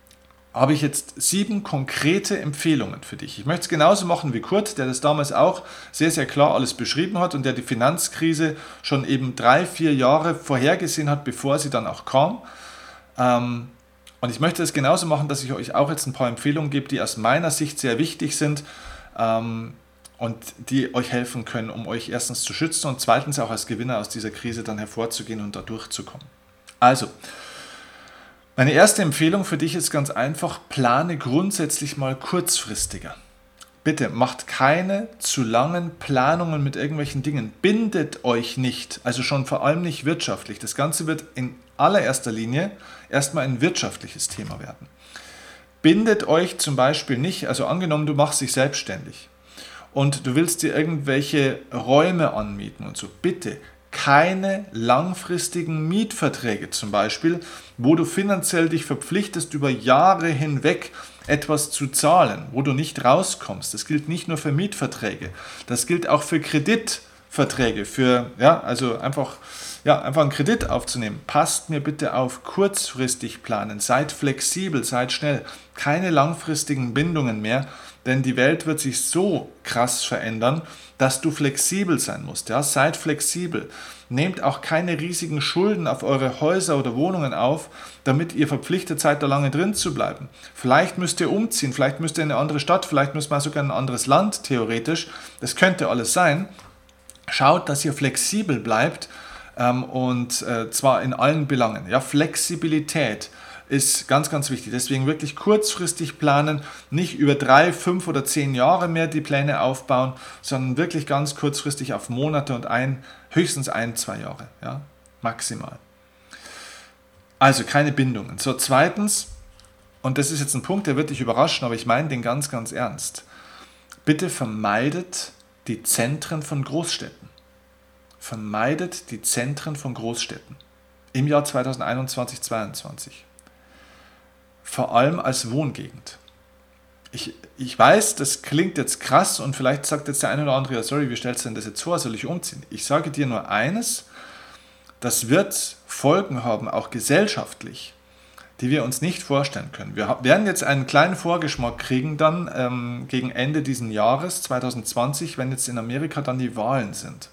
habe ich jetzt sieben konkrete Empfehlungen für dich. Ich möchte es genauso machen wie Kurt, der das damals auch sehr, sehr klar alles beschrieben hat und der die Finanzkrise schon eben drei, vier Jahre vorhergesehen hat, bevor sie dann auch kam. Ähm, und ich möchte es genauso machen, dass ich euch auch jetzt ein paar Empfehlungen gebe, die aus meiner Sicht sehr wichtig sind ähm, und die euch helfen können, um euch erstens zu schützen und zweitens auch als Gewinner aus dieser Krise dann hervorzugehen und da durchzukommen. Also, meine erste Empfehlung für dich ist ganz einfach, plane grundsätzlich mal kurzfristiger. Bitte macht keine zu langen Planungen mit irgendwelchen Dingen. Bindet euch nicht, also schon vor allem nicht wirtschaftlich. Das Ganze wird in allererster Linie erstmal ein wirtschaftliches Thema werden. Bindet euch zum Beispiel nicht, also angenommen, du machst dich selbstständig und du willst dir irgendwelche Räume anmieten und so, bitte keine langfristigen Mietverträge zum Beispiel, wo du finanziell dich verpflichtest, über Jahre hinweg etwas zu zahlen, wo du nicht rauskommst. Das gilt nicht nur für Mietverträge, das gilt auch für Kreditverträge, für, ja, also einfach, ja, einfach einen Kredit aufzunehmen. Passt mir bitte auf, kurzfristig planen, seid flexibel, seid schnell, keine langfristigen Bindungen mehr, denn die Welt wird sich so krass verändern, dass du flexibel sein musst. Ja? Seid flexibel. Nehmt auch keine riesigen Schulden auf eure Häuser oder Wohnungen auf, damit ihr verpflichtet seid, da lange drin zu bleiben. Vielleicht müsst ihr umziehen, vielleicht müsst ihr in eine andere Stadt, vielleicht müsst ihr sogar in ein anderes Land, theoretisch. Das könnte alles sein. Schaut, dass ihr flexibel bleibt ähm, und äh, zwar in allen Belangen. Ja? Flexibilität ist ganz, ganz wichtig. Deswegen wirklich kurzfristig planen, nicht über drei, fünf oder zehn Jahre mehr die Pläne aufbauen, sondern wirklich ganz kurzfristig auf Monate und ein, höchstens ein, zwei Jahre, ja, maximal. Also keine Bindungen. So, zweitens, und das ist jetzt ein Punkt, der wird dich überraschen, aber ich meine den ganz, ganz ernst. Bitte vermeidet die Zentren von Großstädten. Vermeidet die Zentren von Großstädten im Jahr zweitausendeinundzwanzig, zweitausendzweiundzwanzig. Vor allem als Wohngegend. Ich, ich weiß, das klingt jetzt krass und vielleicht sagt jetzt der eine oder andere, ja, sorry, wie stellst du denn das jetzt vor, soll ich umziehen? Ich sage dir nur eines, das wird Folgen haben, auch gesellschaftlich, die wir uns nicht vorstellen können. Wir werden jetzt einen kleinen Vorgeschmack kriegen dann ähm, gegen Ende diesen Jahres, zweitausendzwanzig, wenn jetzt in Amerika dann die Wahlen sind.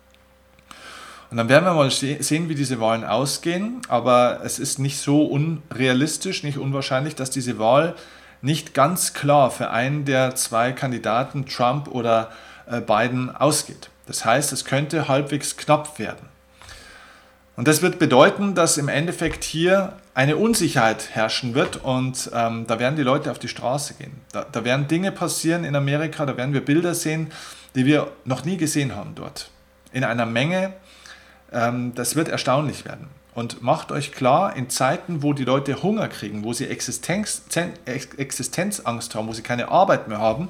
Und dann werden wir mal sehen, wie diese Wahlen ausgehen, aber es ist nicht so unrealistisch, nicht unwahrscheinlich, dass diese Wahl nicht ganz klar für einen der zwei Kandidaten, Trump oder Biden, ausgeht. Das heißt, es könnte halbwegs knapp werden. Und das wird bedeuten, dass im Endeffekt hier eine Unsicherheit herrschen wird und ähm, da werden die Leute auf die Straße gehen. Da, da werden Dinge passieren in Amerika, da werden wir Bilder sehen, die wir noch nie gesehen haben dort. In einer Menge. Das wird erstaunlich werden. Und macht euch klar, in Zeiten, wo die Leute Hunger kriegen, wo sie Existenz, Existenzangst haben, wo sie keine Arbeit mehr haben,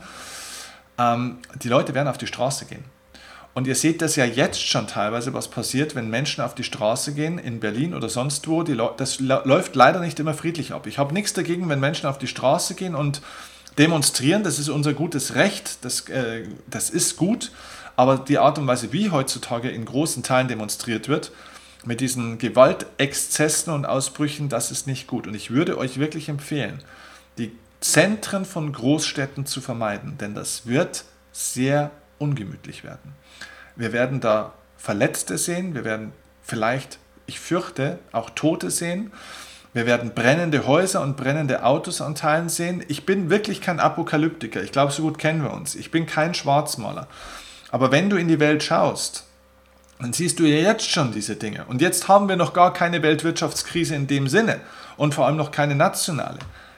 die Leute werden auf die Straße gehen. Und ihr seht das ja jetzt schon teilweise, was passiert, wenn Menschen auf die Straße gehen, in Berlin oder sonst wo. Die Le- das läuft leider nicht immer friedlich ab. Ich habe nichts dagegen, wenn Menschen auf die Straße gehen und demonstrieren. Das ist unser gutes Recht, das, äh, das ist gut. Aber die Art und Weise, wie heutzutage in großen Teilen demonstriert wird, mit diesen Gewaltexzessen und Ausbrüchen, das ist nicht gut. Und ich würde euch wirklich empfehlen, die Zentren von Großstädten zu vermeiden, denn das wird sehr ungemütlich werden. Wir werden da Verletzte sehen, wir werden vielleicht, ich fürchte, auch Tote sehen. Wir werden brennende Häuser und brennende Autos an Teilen sehen. Ich bin wirklich kein Apokalyptiker, ich glaube, so gut kennen wir uns. Ich bin kein Schwarzmaler. Aber wenn du in die Welt schaust, dann siehst du ja jetzt schon diese Dinge. Und jetzt haben wir noch gar keine Weltwirtschaftskrise in dem Sinne und vor allem noch keine nationale.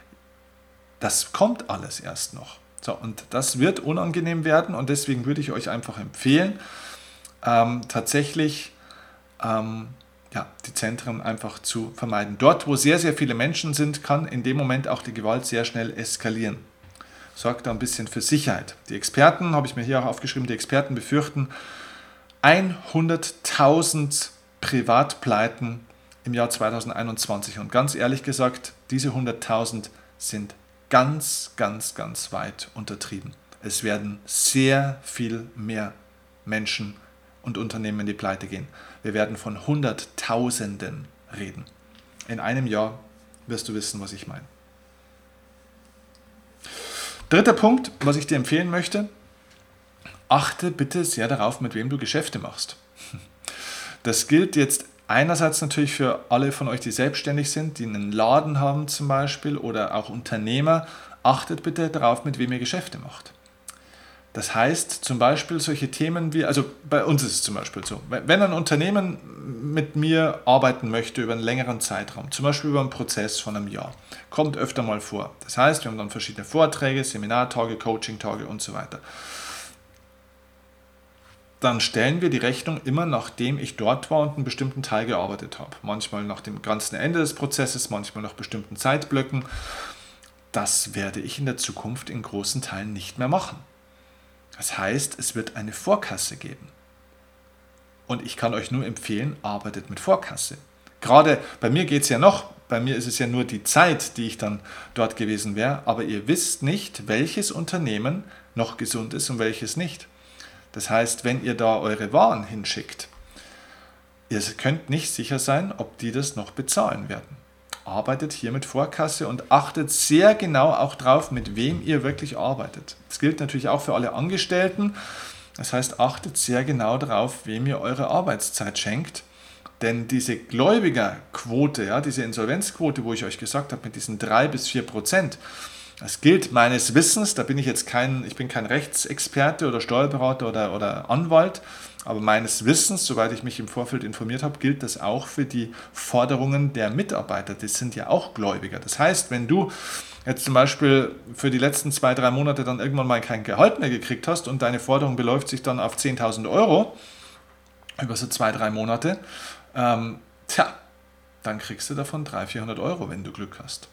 Das kommt alles erst noch. So, und das wird unangenehm werden und deswegen würde ich euch einfach empfehlen, ähm, tatsächlich ähm, ja, die Zentren einfach zu vermeiden. Dort, wo sehr, sehr viele Menschen sind, kann in dem Moment auch die Gewalt sehr schnell eskalieren. Sorgt da ein bisschen für Sicherheit. Die Experten, habe ich mir hier auch aufgeschrieben, die Experten befürchten hunderttausend Privatpleiten im Jahr zweitausendeinundzwanzig. Und ganz ehrlich gesagt, diese hunderttausend sind ganz, ganz, ganz weit untertrieben. Es werden sehr viel mehr Menschen und Unternehmen in die Pleite gehen. Wir werden von Hunderttausenden reden. In einem Jahr wirst du wissen, was ich meine. Dritter Punkt, was ich dir empfehlen möchte, achte bitte sehr darauf, mit wem du Geschäfte machst. Das gilt jetzt einerseits natürlich für alle von euch, die selbstständig sind, die einen Laden haben zum Beispiel oder auch Unternehmer. Achtet bitte darauf, mit wem ihr Geschäfte macht. Das heißt zum Beispiel solche Themen wie, also bei uns ist es zum Beispiel so, wenn ein Unternehmen mit mir arbeiten möchte über einen längeren Zeitraum, zum Beispiel über einen Prozess von einem Jahr, kommt öfter mal vor. Das heißt, wir haben dann verschiedene Vorträge, Seminartage, Coaching-Tage und so weiter. Dann stellen wir die Rechnung immer, nachdem ich dort war und einen bestimmten Teil gearbeitet habe. Manchmal nach dem ganzen Ende des Prozesses, manchmal nach bestimmten Zeitblöcken. Das werde ich in der Zukunft in großen Teilen nicht mehr machen. Das heißt, es wird eine Vorkasse geben. Und ich kann euch nur empfehlen, arbeitet mit Vorkasse. Gerade bei mir geht es ja noch, bei mir ist es ja nur die Zeit, die ich dann dort gewesen wäre, aber ihr wisst nicht, welches Unternehmen noch gesund ist und welches nicht. Das heißt, wenn ihr da eure Waren hinschickt, ihr könnt nicht sicher sein, ob die das noch bezahlen werden. Arbeitet hier mit Vorkasse und achtet sehr genau auch drauf, mit wem ihr wirklich arbeitet. Das gilt natürlich auch für alle Angestellten. Das heißt, achtet sehr genau darauf, wem ihr eure Arbeitszeit schenkt. Denn diese Gläubigerquote, ja, diese Insolvenzquote, wo ich euch gesagt habe, mit diesen drei bis vier Prozent, das gilt meines Wissens, da bin ich jetzt kein, ich bin kein Rechtsexperte oder Steuerberater oder, oder Anwalt, aber meines Wissens, soweit ich mich im Vorfeld informiert habe, gilt das auch für die Forderungen der Mitarbeiter. Das sind ja auch Gläubiger. Das heißt, wenn du jetzt zum Beispiel für die letzten zwei, drei Monate dann irgendwann mal kein Gehalt mehr gekriegt hast und deine Forderung beläuft sich dann auf zehntausend Euro über so zwei, drei Monate, ähm, tja, dann kriegst du davon dreihundert, vierhundert Euro, wenn du Glück hast.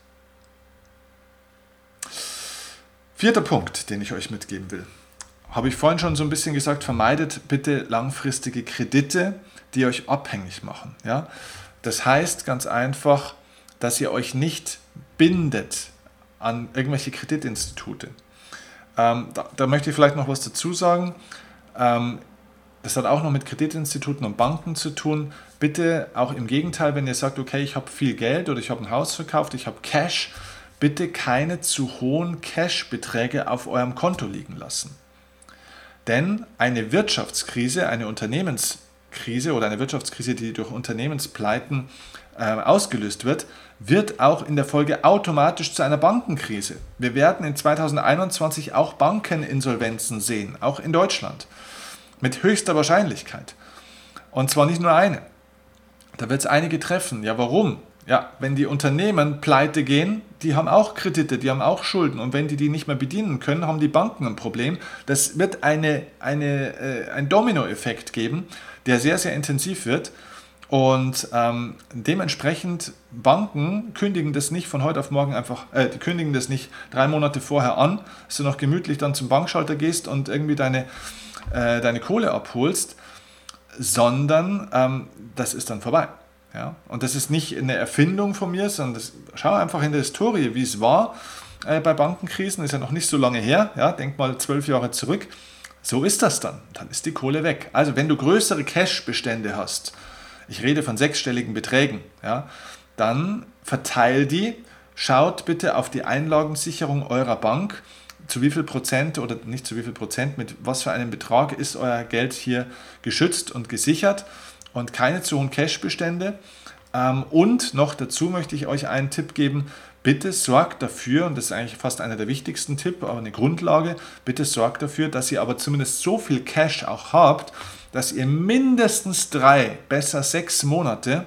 Vierter Punkt, den ich euch mitgeben will. Habe ich vorhin schon so ein bisschen gesagt, vermeidet bitte langfristige Kredite, die euch abhängig machen. Ja? Das heißt ganz einfach, dass ihr euch nicht bindet an irgendwelche Kreditinstitute. Ähm, da, da möchte ich vielleicht noch was dazu sagen. Ähm, das hat auch noch mit Kreditinstituten und Banken zu tun. Bitte auch im Gegenteil, wenn ihr sagt, okay, ich habe viel Geld oder ich habe ein Haus verkauft, ich habe Cash, bitte keine zu hohen Cash-Beträge auf eurem Konto liegen lassen. Denn eine Wirtschaftskrise, eine Unternehmenskrise oder eine Wirtschaftskrise, die durch Unternehmenspleiten äh, ausgelöst wird, wird auch in der Folge automatisch zu einer Bankenkrise. Wir werden in zweitausendeinundzwanzig auch Bankeninsolvenzen sehen, auch in Deutschland, mit höchster Wahrscheinlichkeit. Und zwar nicht nur eine. Da wird es einige treffen. Ja, warum? Ja, wenn die Unternehmen pleite gehen, die haben auch Kredite, die haben auch Schulden und wenn die die nicht mehr bedienen können, haben die Banken ein Problem. Das wird eine, eine, äh, einen Dominoeffekt geben, der sehr, sehr intensiv wird und ähm, dementsprechend Banken kündigen das nicht von heute auf morgen einfach, äh, die kündigen das nicht drei Monate vorher an, dass du noch gemütlich dann zum Bankschalter gehst und irgendwie deine, äh, deine Kohle abholst, sondern ähm, das ist dann vorbei. Ja, und das ist nicht eine Erfindung von mir, sondern das, schau einfach in der Historie, wie es war äh, bei Bankenkrisen, ist ja noch nicht so lange her, ja, denk mal zwölf Jahre zurück, so ist das dann, dann ist die Kohle weg. Also wenn du größere Cash-Bestände hast, ich rede von sechsstelligen Beträgen, ja, dann verteil die, schaut bitte auf die Einlagensicherung eurer Bank, zu wie viel Prozent oder nicht zu wie viel Prozent, mit was für einem Betrag ist euer Geld hier geschützt und gesichert. Und keine zu hohen Cash-Bestände. Und noch dazu möchte ich euch einen Tipp geben, bitte sorgt dafür, und das ist eigentlich fast einer der wichtigsten Tipps, aber eine Grundlage, bitte sorgt dafür, dass ihr aber zumindest so viel Cash auch habt, dass ihr mindestens drei, besser sechs Monate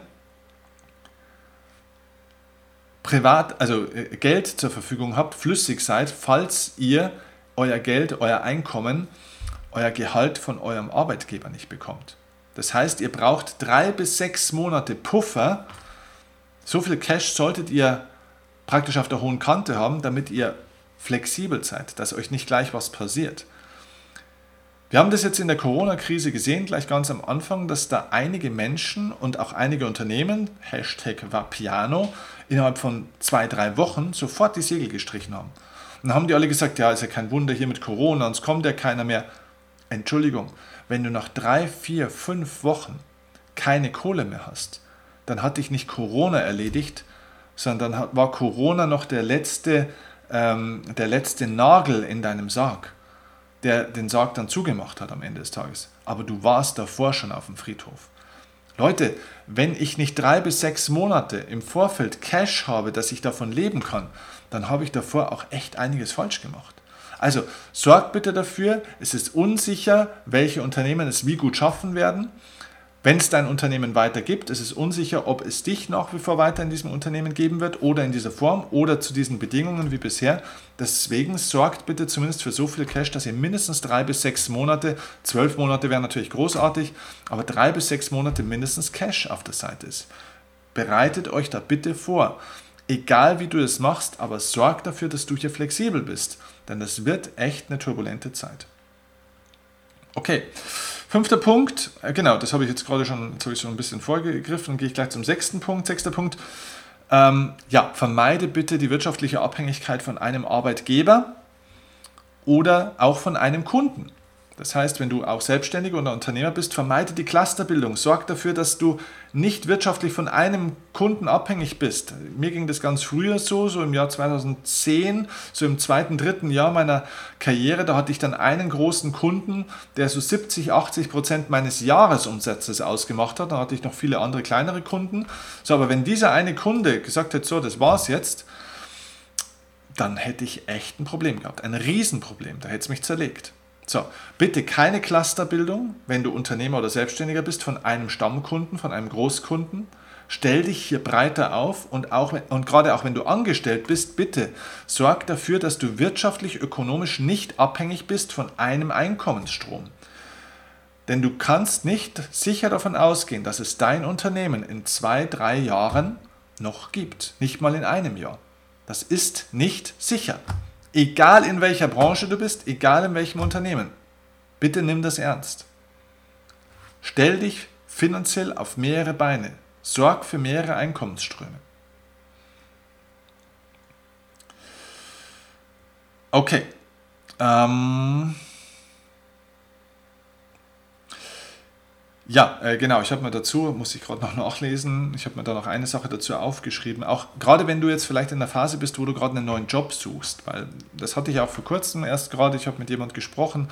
privat, also Geld zur Verfügung habt, flüssig seid, falls ihr euer Geld, euer Einkommen, euer Gehalt von eurem Arbeitgeber nicht bekommt. Das heißt, ihr braucht drei bis sechs Monate Puffer. So viel Cash solltet ihr praktisch auf der hohen Kante haben, damit ihr flexibel seid, dass euch nicht gleich was passiert. Wir haben das jetzt in der Corona-Krise gesehen, gleich ganz am Anfang, dass da einige Menschen und auch einige Unternehmen, Hashtag Vapiano, innerhalb von zwei, drei Wochen sofort die Segel gestrichen haben. Und dann haben die alle gesagt, ja, ist ja kein Wunder hier mit Corona, uns kommt ja keiner mehr. Entschuldigung, wenn du nach drei, vier, fünf Wochen keine Kohle mehr hast, dann hat dich nicht Corona erledigt, sondern war Corona noch der letzte, ähm, der letzte Nagel in deinem Sarg, der den Sarg dann zugemacht hat am Ende des Tages. Aber du warst davor schon auf dem Friedhof. Leute, wenn ich nicht drei bis sechs Monate im Vorfeld Cash habe, dass ich davon leben kann, dann habe ich davor auch echt einiges falsch gemacht. Also sorgt bitte dafür, es ist unsicher, welche Unternehmen es wie gut schaffen werden. Wenn es dein Unternehmen weiter gibt, ist es unsicher, ob es dich nach wie vor weiter in diesem Unternehmen geben wird oder in dieser Form oder zu diesen Bedingungen wie bisher. Deswegen sorgt bitte zumindest für so viel Cash, dass ihr mindestens drei bis sechs Monate, zwölf Monate wären natürlich großartig, aber drei bis sechs Monate mindestens Cash auf der Seite ist. Bereitet euch da bitte vor. Egal wie du es machst, aber sorg dafür, dass du hier flexibel bist, denn das wird echt eine turbulente Zeit. Okay. Fünfter Punkt, genau, das habe ich jetzt gerade schon, jetzt habe ich schon ein bisschen vorgegriffen, dann gehe ich gleich zum sechsten Punkt. Sechster Punkt, ähm, ja, vermeide bitte die wirtschaftliche Abhängigkeit von einem Arbeitgeber oder auch von einem Kunden. Das heißt, wenn du auch Selbstständiger oder Unternehmer bist, vermeide die Clusterbildung. Sorg dafür, dass du nicht wirtschaftlich von einem Kunden abhängig bist. Mir ging das ganz früher so, so im Jahr zweitausendzehn, so im zweiten, dritten Jahr meiner Karriere. Da hatte ich dann einen großen Kunden, der so siebzig, achtzig Prozent meines Jahresumsatzes ausgemacht hat. Dann hatte ich noch viele andere kleinere Kunden. So, aber wenn dieser eine Kunde gesagt hätte, so, das war's jetzt, dann hätte ich echt ein Problem gehabt. Ein Riesenproblem. Da hätte es mich zerlegt. So, bitte keine Clusterbildung, wenn du Unternehmer oder Selbstständiger bist, von einem Stammkunden, von einem Großkunden. Stell dich hier breiter auf und, auch, und gerade auch wenn du angestellt bist, bitte sorg dafür, dass du wirtschaftlich, ökonomisch nicht abhängig bist von einem Einkommensstrom. Denn du kannst nicht sicher davon ausgehen, dass es dein Unternehmen in zwei, drei Jahren noch gibt. Nicht mal in einem Jahr. Das ist nicht sicher. Egal in welcher Branche du bist, egal in welchem Unternehmen. Bitte nimm das ernst. Stell dich finanziell auf mehrere Beine. Sorg für mehrere Einkommensströme. Okay. Ähm Ja, äh, genau, ich habe mir dazu, muss ich gerade noch nachlesen, ich habe mir da noch eine Sache dazu aufgeschrieben, auch gerade wenn du jetzt vielleicht in der Phase bist, wo du gerade einen neuen Job suchst, weil das hatte ich auch vor kurzem erst gerade, ich habe mit jemandem gesprochen,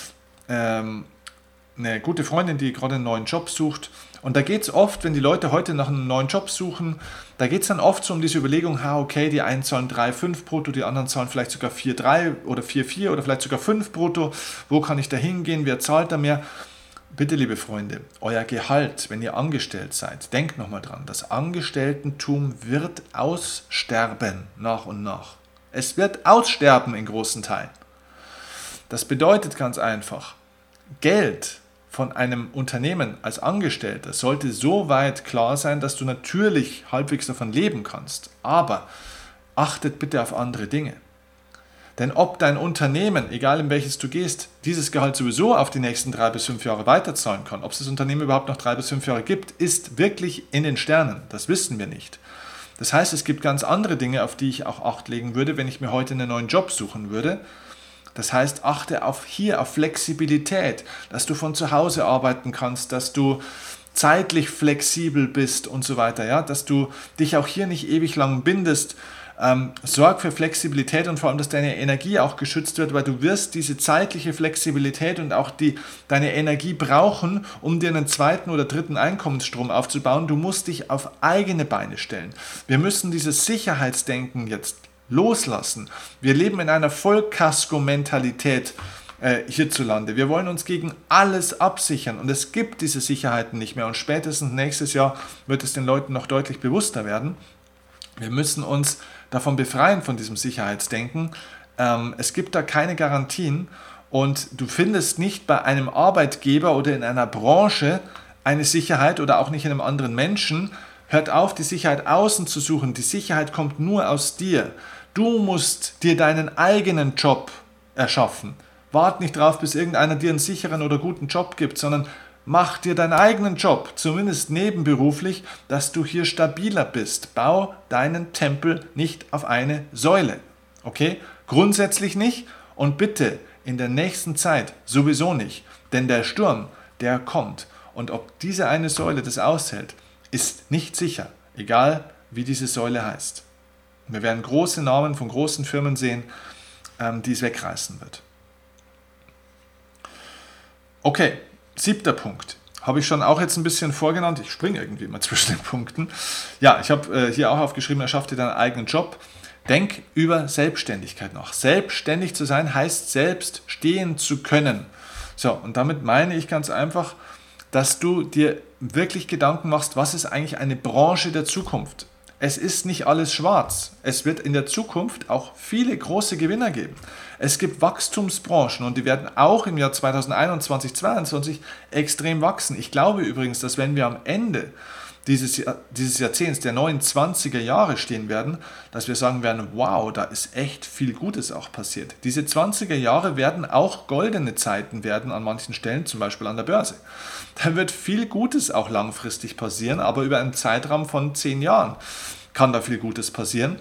ähm, eine gute Freundin, die gerade einen neuen Job sucht, und da geht es oft, wenn die Leute heute nach einem neuen Job suchen, da geht es dann oft so um diese Überlegung, ha, okay, die einen zahlen drei Komma fünf brutto, die anderen zahlen vielleicht sogar vier Komma drei oder vier Komma vier oder vielleicht sogar fünf brutto, wo kann ich da hingehen, wer zahlt da mehr? Bitte, liebe Freunde, euer Gehalt, wenn ihr angestellt seid, denkt nochmal dran, das Angestelltentum wird aussterben nach und nach. Es wird aussterben in großen Teilen. Das bedeutet ganz einfach, Geld von einem Unternehmen als Angestellter sollte so weit klar sein, dass du natürlich halbwegs davon leben kannst. Aber achtet bitte auf andere Dinge. Denn ob dein Unternehmen, egal in welches du gehst, dieses Gehalt sowieso auf die nächsten drei bis fünf Jahre weiterzahlen kann, ob es das Unternehmen überhaupt noch drei bis fünf Jahre gibt, ist wirklich in den Sternen. Das wissen wir nicht. Das heißt, es gibt ganz andere Dinge, auf die ich auch Acht legen würde, wenn ich mir heute einen neuen Job suchen würde. Das heißt, achte auf hier auf Flexibilität, dass du von zu Hause arbeiten kannst, dass du zeitlich flexibel bist und so weiter, ja, dass du dich auch hier nicht ewig lang bindest. Ähm, sorg für Flexibilität und vor allem, dass deine Energie auch geschützt wird, weil du wirst diese zeitliche Flexibilität und auch die, deine Energie brauchen, um dir einen zweiten oder dritten Einkommensstrom aufzubauen. Du musst dich auf eigene Beine stellen. Wir müssen dieses Sicherheitsdenken jetzt loslassen. Wir leben in einer Vollkasko-Mentalität äh, hierzulande. Wir wollen uns gegen alles absichern und es gibt diese Sicherheiten nicht mehr und spätestens nächstes Jahr wird es den Leuten noch deutlich bewusster werden. Wir müssen uns davon befreien, von diesem Sicherheitsdenken. Ähm, es gibt da keine Garantien und du findest nicht bei einem Arbeitgeber oder in einer Branche eine Sicherheit oder auch nicht in einem anderen Menschen. Hört auf, die Sicherheit außen zu suchen. Die Sicherheit kommt nur aus dir. Du musst dir deinen eigenen Job erschaffen. Wart nicht drauf, bis irgendeiner dir einen sicheren oder guten Job gibt, sondern mach dir deinen eigenen Job, zumindest nebenberuflich, dass du hier stabiler bist. Bau deinen Tempel nicht auf eine Säule. Okay? Grundsätzlich nicht und bitte in der nächsten Zeit sowieso nicht. Denn der Sturm, der kommt. Und ob diese eine Säule das aushält, ist nicht sicher. Egal, wie diese Säule heißt. Wir werden große Namen von großen Firmen sehen, ähm, die es wegreißen wird. Okay, siebter Punkt. Habe ich schon auch jetzt ein bisschen vorgenannt. Ich springe irgendwie mal zwischen den Punkten. Ja, ich habe äh, hier auch aufgeschrieben, erschaff dir deinen eigenen Job. Denk über Selbstständigkeit nach. Selbstständig zu sein heißt, selbst stehen zu können. So, und damit meine ich ganz einfach, dass du dir wirklich Gedanken machst, was ist eigentlich eine Branche der Zukunft? Es ist nicht alles schwarz. Es wird in der Zukunft auch viele große Gewinner geben. Es gibt Wachstumsbranchen und die werden auch im Jahr zweitausendeinundzwanzig, zweitausendzweiundzwanzig extrem wachsen. Ich glaube übrigens, dass wenn wir am Ende dieses, Jahr, dieses Jahrzehnts der neunundzwanziger Jahre stehen werden, dass wir sagen werden, wow, da ist echt viel Gutes auch passiert. Diese zwanziger Jahre werden auch goldene Zeiten werden an manchen Stellen, zum Beispiel an der Börse. Da wird viel Gutes auch langfristig passieren, aber über einen Zeitraum von zehn Jahren kann da viel Gutes passieren.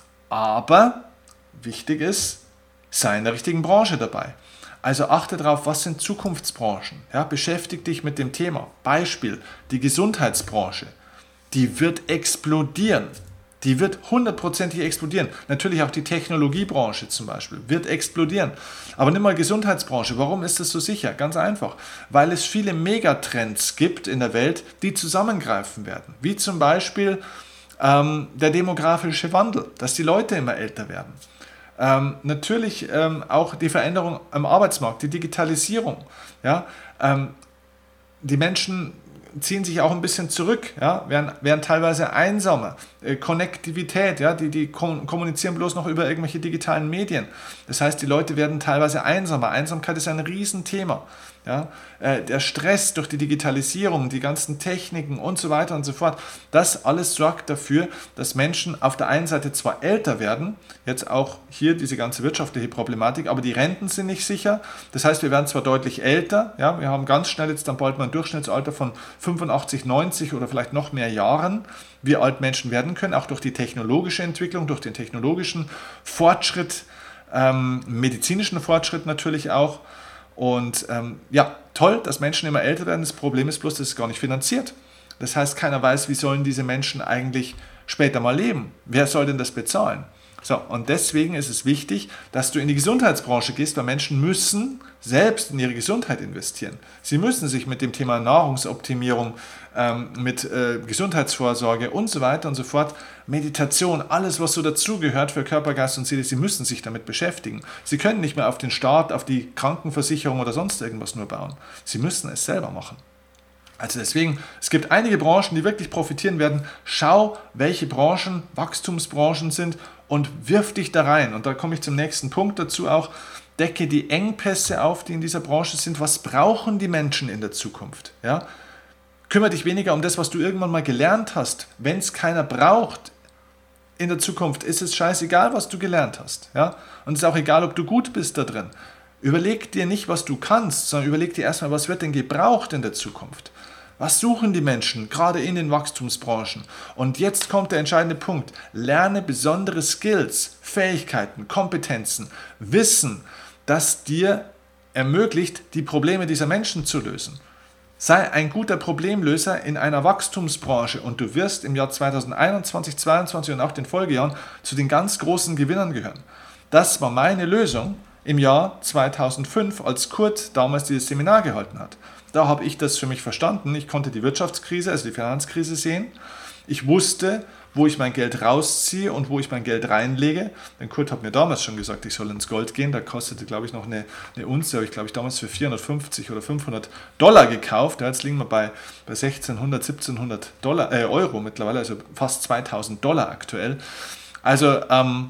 Aber wichtig ist, sei in der richtigen Branche dabei. Also achte darauf, was sind Zukunftsbranchen. Ja, beschäftige dich mit dem Thema. Beispiel, die Gesundheitsbranche. Die wird explodieren. Die wird hundertprozentig explodieren. Natürlich auch die Technologiebranche zum Beispiel wird explodieren. Aber nimm mal Gesundheitsbranche. Warum ist das so sicher? Ganz einfach. Weil es viele Megatrends gibt in der Welt, die zusammengreifen werden. Wie zum Beispiel ähm, der demografische Wandel, dass die Leute immer älter werden. Ähm, natürlich ähm, auch die Veränderung am Arbeitsmarkt, die Digitalisierung. Ja? Ähm, die Menschen ziehen sich auch ein bisschen zurück, ja? werden, werden teilweise einsamer. Äh, Konnektivität, ja? die, die kom- kommunizieren bloß noch über irgendwelche digitalen Medien. Das heißt, die Leute werden teilweise einsamer. Einsamkeit ist ein Riesenthema. Ja, äh, der Stress durch die Digitalisierung, die ganzen Techniken und so weiter und so fort, das alles sorgt dafür, dass Menschen auf der einen Seite zwar älter werden, jetzt auch hier diese ganze wirtschaftliche Problematik, aber die Renten sind nicht sicher. Das heißt, wir werden zwar deutlich älter, ja, wir haben ganz schnell jetzt dann bald mal ein Durchschnittsalter von fünfundachtzig, neunzig oder vielleicht noch mehr Jahren, wie alt Menschen werden können, auch durch die technologische Entwicklung, durch den technologischen Fortschritt, ähm, medizinischen Fortschritt natürlich auch. Und ähm, ja, toll, dass Menschen immer älter werden. Das Problem ist bloß, das ist gar nicht finanziert. Das heißt, keiner weiß, wie sollen diese Menschen eigentlich später mal leben. Wer soll denn das bezahlen? So, und deswegen ist es wichtig, dass du in die Gesundheitsbranche gehst, weil Menschen müssen selbst in ihre Gesundheit investieren. Sie müssen sich mit dem Thema Nahrungsoptimierung, ähm, mit äh, Gesundheitsvorsorge und so weiter und so fort, Meditation, alles, was so dazugehört für Körper, Geist und Seele, sie müssen sich damit beschäftigen. Sie können nicht mehr auf den Staat, auf die Krankenversicherung oder sonst irgendwas nur bauen. Sie müssen es selber machen. Also deswegen, es gibt einige Branchen, die wirklich profitieren werden. Schau, welche Branchen Wachstumsbranchen sind und wirf dich da rein. Und da komme ich zum nächsten Punkt dazu auch. Decke die Engpässe auf, die in dieser Branche sind. Was brauchen die Menschen in der Zukunft? Ja? Kümmere dich weniger um das, was du irgendwann mal gelernt hast. Wenn es keiner braucht in der Zukunft, ist es scheißegal, was du gelernt hast. Ja? Und es ist auch egal, ob du gut bist da drin. Überleg dir nicht, was du kannst, sondern überleg dir erstmal, was wird denn gebraucht in der Zukunft? Was suchen die Menschen, gerade in den Wachstumsbranchen? Und jetzt kommt der entscheidende Punkt. Lerne besondere Skills, Fähigkeiten, Kompetenzen, Wissen, das dir ermöglicht, die Probleme dieser Menschen zu lösen. Sei ein guter Problemlöser in einer Wachstumsbranche und du wirst im Jahr zweitausendeinundzwanzig, zweitausendzweiundzwanzig und auch den Folgejahren zu den ganz großen Gewinnern gehören. Das war meine Lösung im Jahr zweitausendfünf, als Kurt damals dieses Seminar gehalten hat. Da habe ich das für mich verstanden. Ich konnte die Wirtschaftskrise, also die Finanzkrise sehen. Ich wusste, wo ich mein Geld rausziehe und wo ich mein Geld reinlege. Denn Kurt hat mir damals schon gesagt, ich soll ins Gold gehen. Da kostete, glaube ich, noch eine, eine Unze, habe ich, glaube ich, damals für vierhundertfünfzig oder fünfhundert Dollar gekauft. Ja, jetzt liegen wir bei, bei sechzehnhundert, siebzehnhundert Dollar, äh, Euro mittlerweile, also fast zweitausend Dollar aktuell. Also, ähm,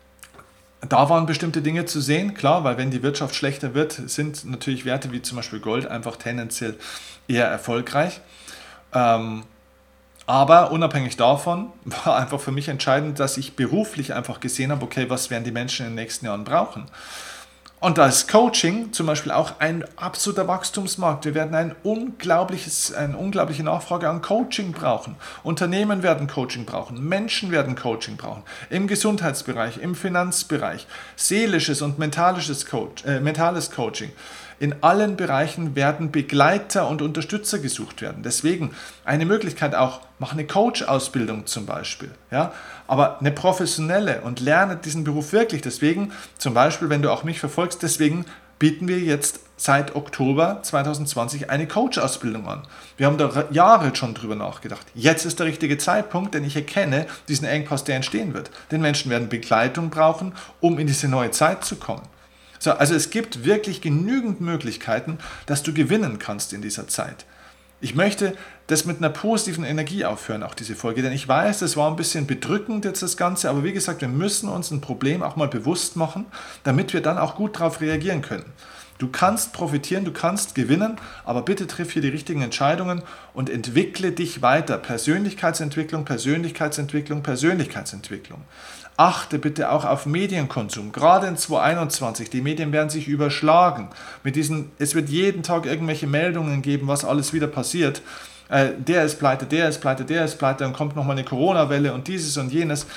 da waren bestimmte Dinge zu sehen, klar, weil wenn die Wirtschaft schlechter wird, sind natürlich Werte wie zum Beispiel Gold einfach tendenziell eher erfolgreich. Ähm, aber unabhängig davon war einfach für mich entscheidend, dass ich beruflich einfach gesehen habe, okay, was werden die Menschen in den nächsten Jahren brauchen? Und da ist Coaching zum Beispiel auch ein absoluter Wachstumsmarkt. Wir werden ein unglaubliches, eine unglaubliche Nachfrage an Coaching brauchen. Unternehmen werden Coaching brauchen, Menschen werden Coaching brauchen. Im Gesundheitsbereich, im Finanzbereich, seelisches und mentalisches, Coach, äh, mentales Coaching, In allen Bereichen werden Begleiter und Unterstützer gesucht werden. Deswegen eine Möglichkeit auch, mach eine Coach-Ausbildung zum Beispiel. Ja? Aber eine professionelle und lerne diesen Beruf wirklich. Deswegen zum Beispiel, wenn du auch mich verfolgst, deswegen bieten wir jetzt seit Oktober zwanzig zwanzig eine Coach-Ausbildung an. Wir haben da Jahre schon drüber nachgedacht. Jetzt ist der richtige Zeitpunkt, denn ich erkenne diesen Engpass, der entstehen wird. Denn Menschen werden Begleitung brauchen, um in diese neue Zeit zu kommen. So, also es gibt wirklich genügend Möglichkeiten, dass du gewinnen kannst in dieser Zeit. Ich möchte das mit einer positiven Energie aufhören, auch diese Folge, denn ich weiß, das war ein bisschen bedrückend jetzt das Ganze, aber wie gesagt, wir müssen uns ein Problem auch mal bewusst machen, damit wir dann auch gut darauf reagieren können. Du kannst profitieren, du kannst gewinnen, aber bitte triff hier die richtigen Entscheidungen und entwickle dich weiter. Persönlichkeitsentwicklung, Persönlichkeitsentwicklung, Persönlichkeitsentwicklung. Achte bitte auch auf Medienkonsum, gerade in zwanzig einundzwanzig. Die Medien werden sich überschlagen. Mit diesen, es wird jeden Tag irgendwelche Meldungen geben, was alles wieder passiert. Äh, der ist pleite, der ist pleite, der ist pleite, dann kommt nochmal eine Corona-Welle und dieses und jenes.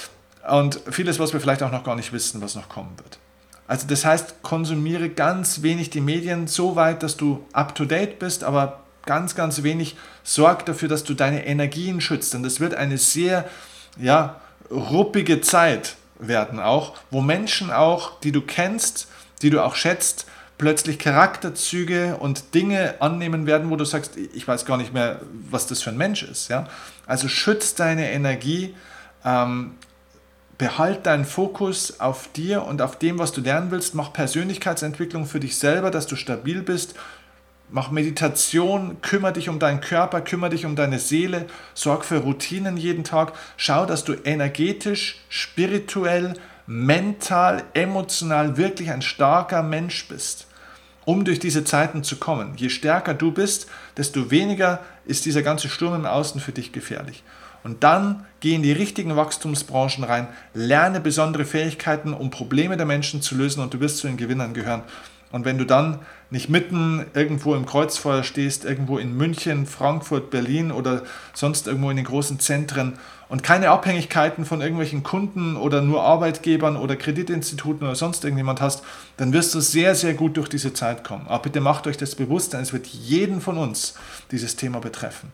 Und vieles, was wir vielleicht auch noch gar nicht wissen, was noch kommen wird. Also das heißt, konsumiere ganz wenig die Medien, so weit, dass du up-to-date bist, aber ganz, ganz wenig. Sorg dafür, dass du deine Energien schützt. Denn das wird eine sehr, ja, ruppige Zeit werden auch, wo Menschen auch, die du kennst, die du auch schätzt, plötzlich Charakterzüge und Dinge annehmen werden, wo du sagst, ich weiß gar nicht mehr, was das für ein Mensch ist. Ja? Also schütz deine Energie, ähm, behalt deinen Fokus auf dir und auf dem, was du lernen willst. Mach Persönlichkeitsentwicklung für dich selber, dass du stabil bist. Mach Meditation, kümmere dich um deinen Körper, kümmere dich um deine Seele, sorg für Routinen jeden Tag. Schau, dass du energetisch, spirituell, mental, emotional wirklich ein starker Mensch bist, um durch diese Zeiten zu kommen. Je stärker du bist, desto weniger ist dieser ganze Sturm im Außen für dich gefährlich. Und dann geh in die richtigen Wachstumsbranchen rein, lerne besondere Fähigkeiten, um Probleme der Menschen zu lösen und du wirst zu den Gewinnern gehören. Und wenn du dann nicht mitten irgendwo im Kreuzfeuer stehst, irgendwo in München, Frankfurt, Berlin oder sonst irgendwo in den großen Zentren und keine Abhängigkeiten von irgendwelchen Kunden oder nur Arbeitgebern oder Kreditinstituten oder sonst irgendjemand hast, dann wirst du sehr, sehr gut durch diese Zeit kommen. Aber bitte macht euch das bewusst, denn es wird jeden von uns dieses Thema betreffen.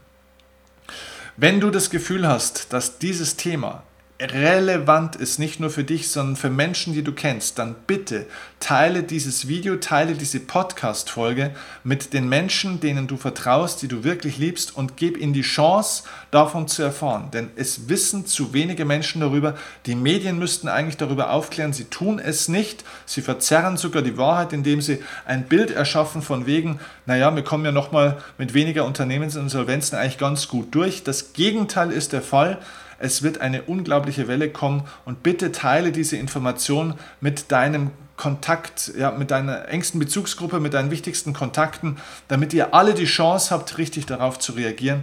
Wenn du das Gefühl hast, dass dieses Thema relevant ist, nicht nur für dich, sondern für Menschen, die du kennst, dann bitte teile dieses Video, teile diese Podcast-Folge mit den Menschen, denen du vertraust, die du wirklich liebst und gib ihnen die Chance, davon zu erfahren. Denn es wissen zu wenige Menschen darüber. Die Medien müssten eigentlich darüber aufklären. Sie tun es nicht. Sie verzerren sogar die Wahrheit, indem sie ein Bild erschaffen von wegen, naja, wir kommen ja nochmal mit weniger Unternehmensinsolvenzen eigentlich ganz gut durch. Das Gegenteil ist der Fall. Es wird eine unglaubliche Welle kommen und bitte teile diese Information mit deinem Kontakt, ja, mit deiner engsten Bezugsgruppe, mit deinen wichtigsten Kontakten, damit ihr alle die Chance habt, richtig darauf zu reagieren.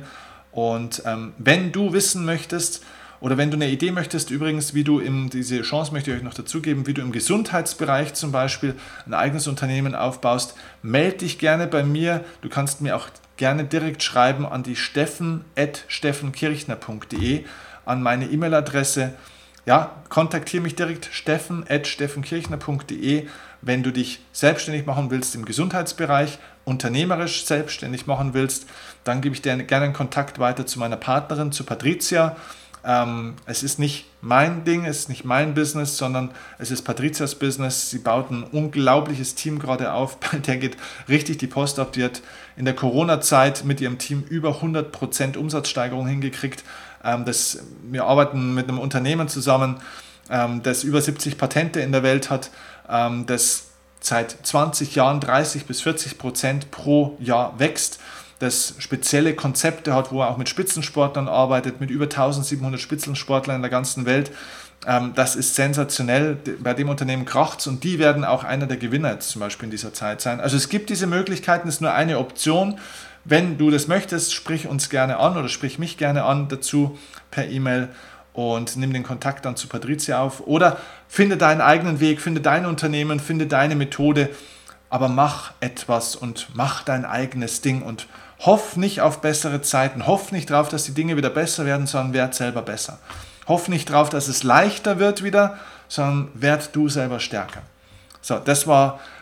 Und ähm, wenn du wissen möchtest oder wenn du eine Idee möchtest, übrigens, wie du im, diese Chance möchte ich euch noch dazugeben, wie du im Gesundheitsbereich zum Beispiel ein eigenes Unternehmen aufbaust, melde dich gerne bei mir. Du kannst mir auch gerne direkt schreiben an die steffen at steffenkirchner punkt de, an meine E-Mail-Adresse. Ja, kontaktiere mich direkt, steffen at steffenkirchner punkt de, wenn du dich selbstständig machen willst im Gesundheitsbereich, unternehmerisch selbstständig machen willst, dann gebe ich dir gerne einen Kontakt weiter zu meiner Partnerin, zu Patricia. Ähm, es ist nicht mein Ding, es ist nicht mein Business, sondern es ist Patricias Business. Sie baut ein unglaubliches Team gerade auf, bei der geht richtig die Post ab. Die hat in der Corona-Zeit mit ihrem Team über hundert Prozent Umsatzsteigerung hingekriegt. Ähm, das, wir arbeiten mit einem Unternehmen zusammen, ähm, das über siebzig Patente in der Welt hat, ähm, das seit zwanzig Jahren dreißig bis vierzig Prozent pro Jahr wächst, das spezielle Konzepte hat, wo er auch mit Spitzensportlern arbeitet, mit über eintausendsiebenhundert Spitzensportlern in der ganzen Welt. Ähm, das ist sensationell. Bei dem Unternehmen kracht's und die werden auch einer der Gewinner jetzt zum Beispiel in dieser Zeit sein. Also es gibt diese Möglichkeiten, es ist nur eine Option. Wenn du das möchtest, sprich uns gerne an oder sprich mich gerne an dazu per E-Mail und nimm den Kontakt dann zu Patricia auf oder finde deinen eigenen Weg, finde dein Unternehmen, finde deine Methode, aber mach etwas und mach dein eigenes Ding und hoff nicht auf bessere Zeiten, hoff nicht drauf, dass die Dinge wieder besser werden, sondern werd selber besser. Hoff nicht drauf, dass es leichter wird wieder, sondern werd du selber stärker. So, das war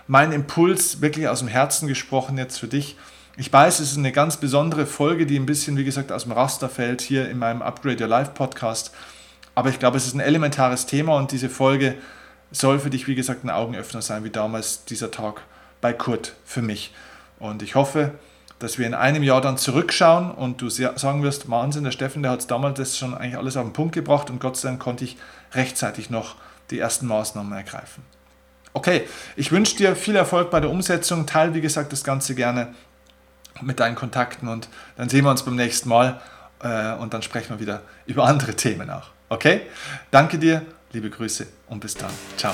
mein Impuls wirklich aus dem Herzen gesprochen jetzt für dich. Ich weiß, es ist eine ganz besondere Folge, die ein bisschen, wie gesagt, aus dem Raster fällt hier in meinem Upgrade Your Life Podcast. Aber ich glaube, es ist ein elementares Thema und diese Folge soll für dich, wie gesagt, ein Augenöffner sein, wie damals dieser Tag bei Kurt für mich. Und ich hoffe, dass wir in einem Jahr dann zurückschauen und du sagen wirst, Wahnsinn, der Steffen, der hat damals das schon eigentlich alles auf den Punkt gebracht und Gott sei Dank konnte ich rechtzeitig noch die ersten Maßnahmen ergreifen. Okay, ich wünsche dir viel Erfolg bei der Umsetzung. Teil, wie gesagt, das Ganze gerne mit deinen Kontakten und dann sehen wir uns beim nächsten Mal äh, und dann sprechen wir wieder über andere Themen auch. Okay? Danke dir, liebe Grüße und bis dann. Ciao.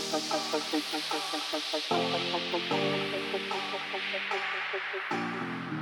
Thank you.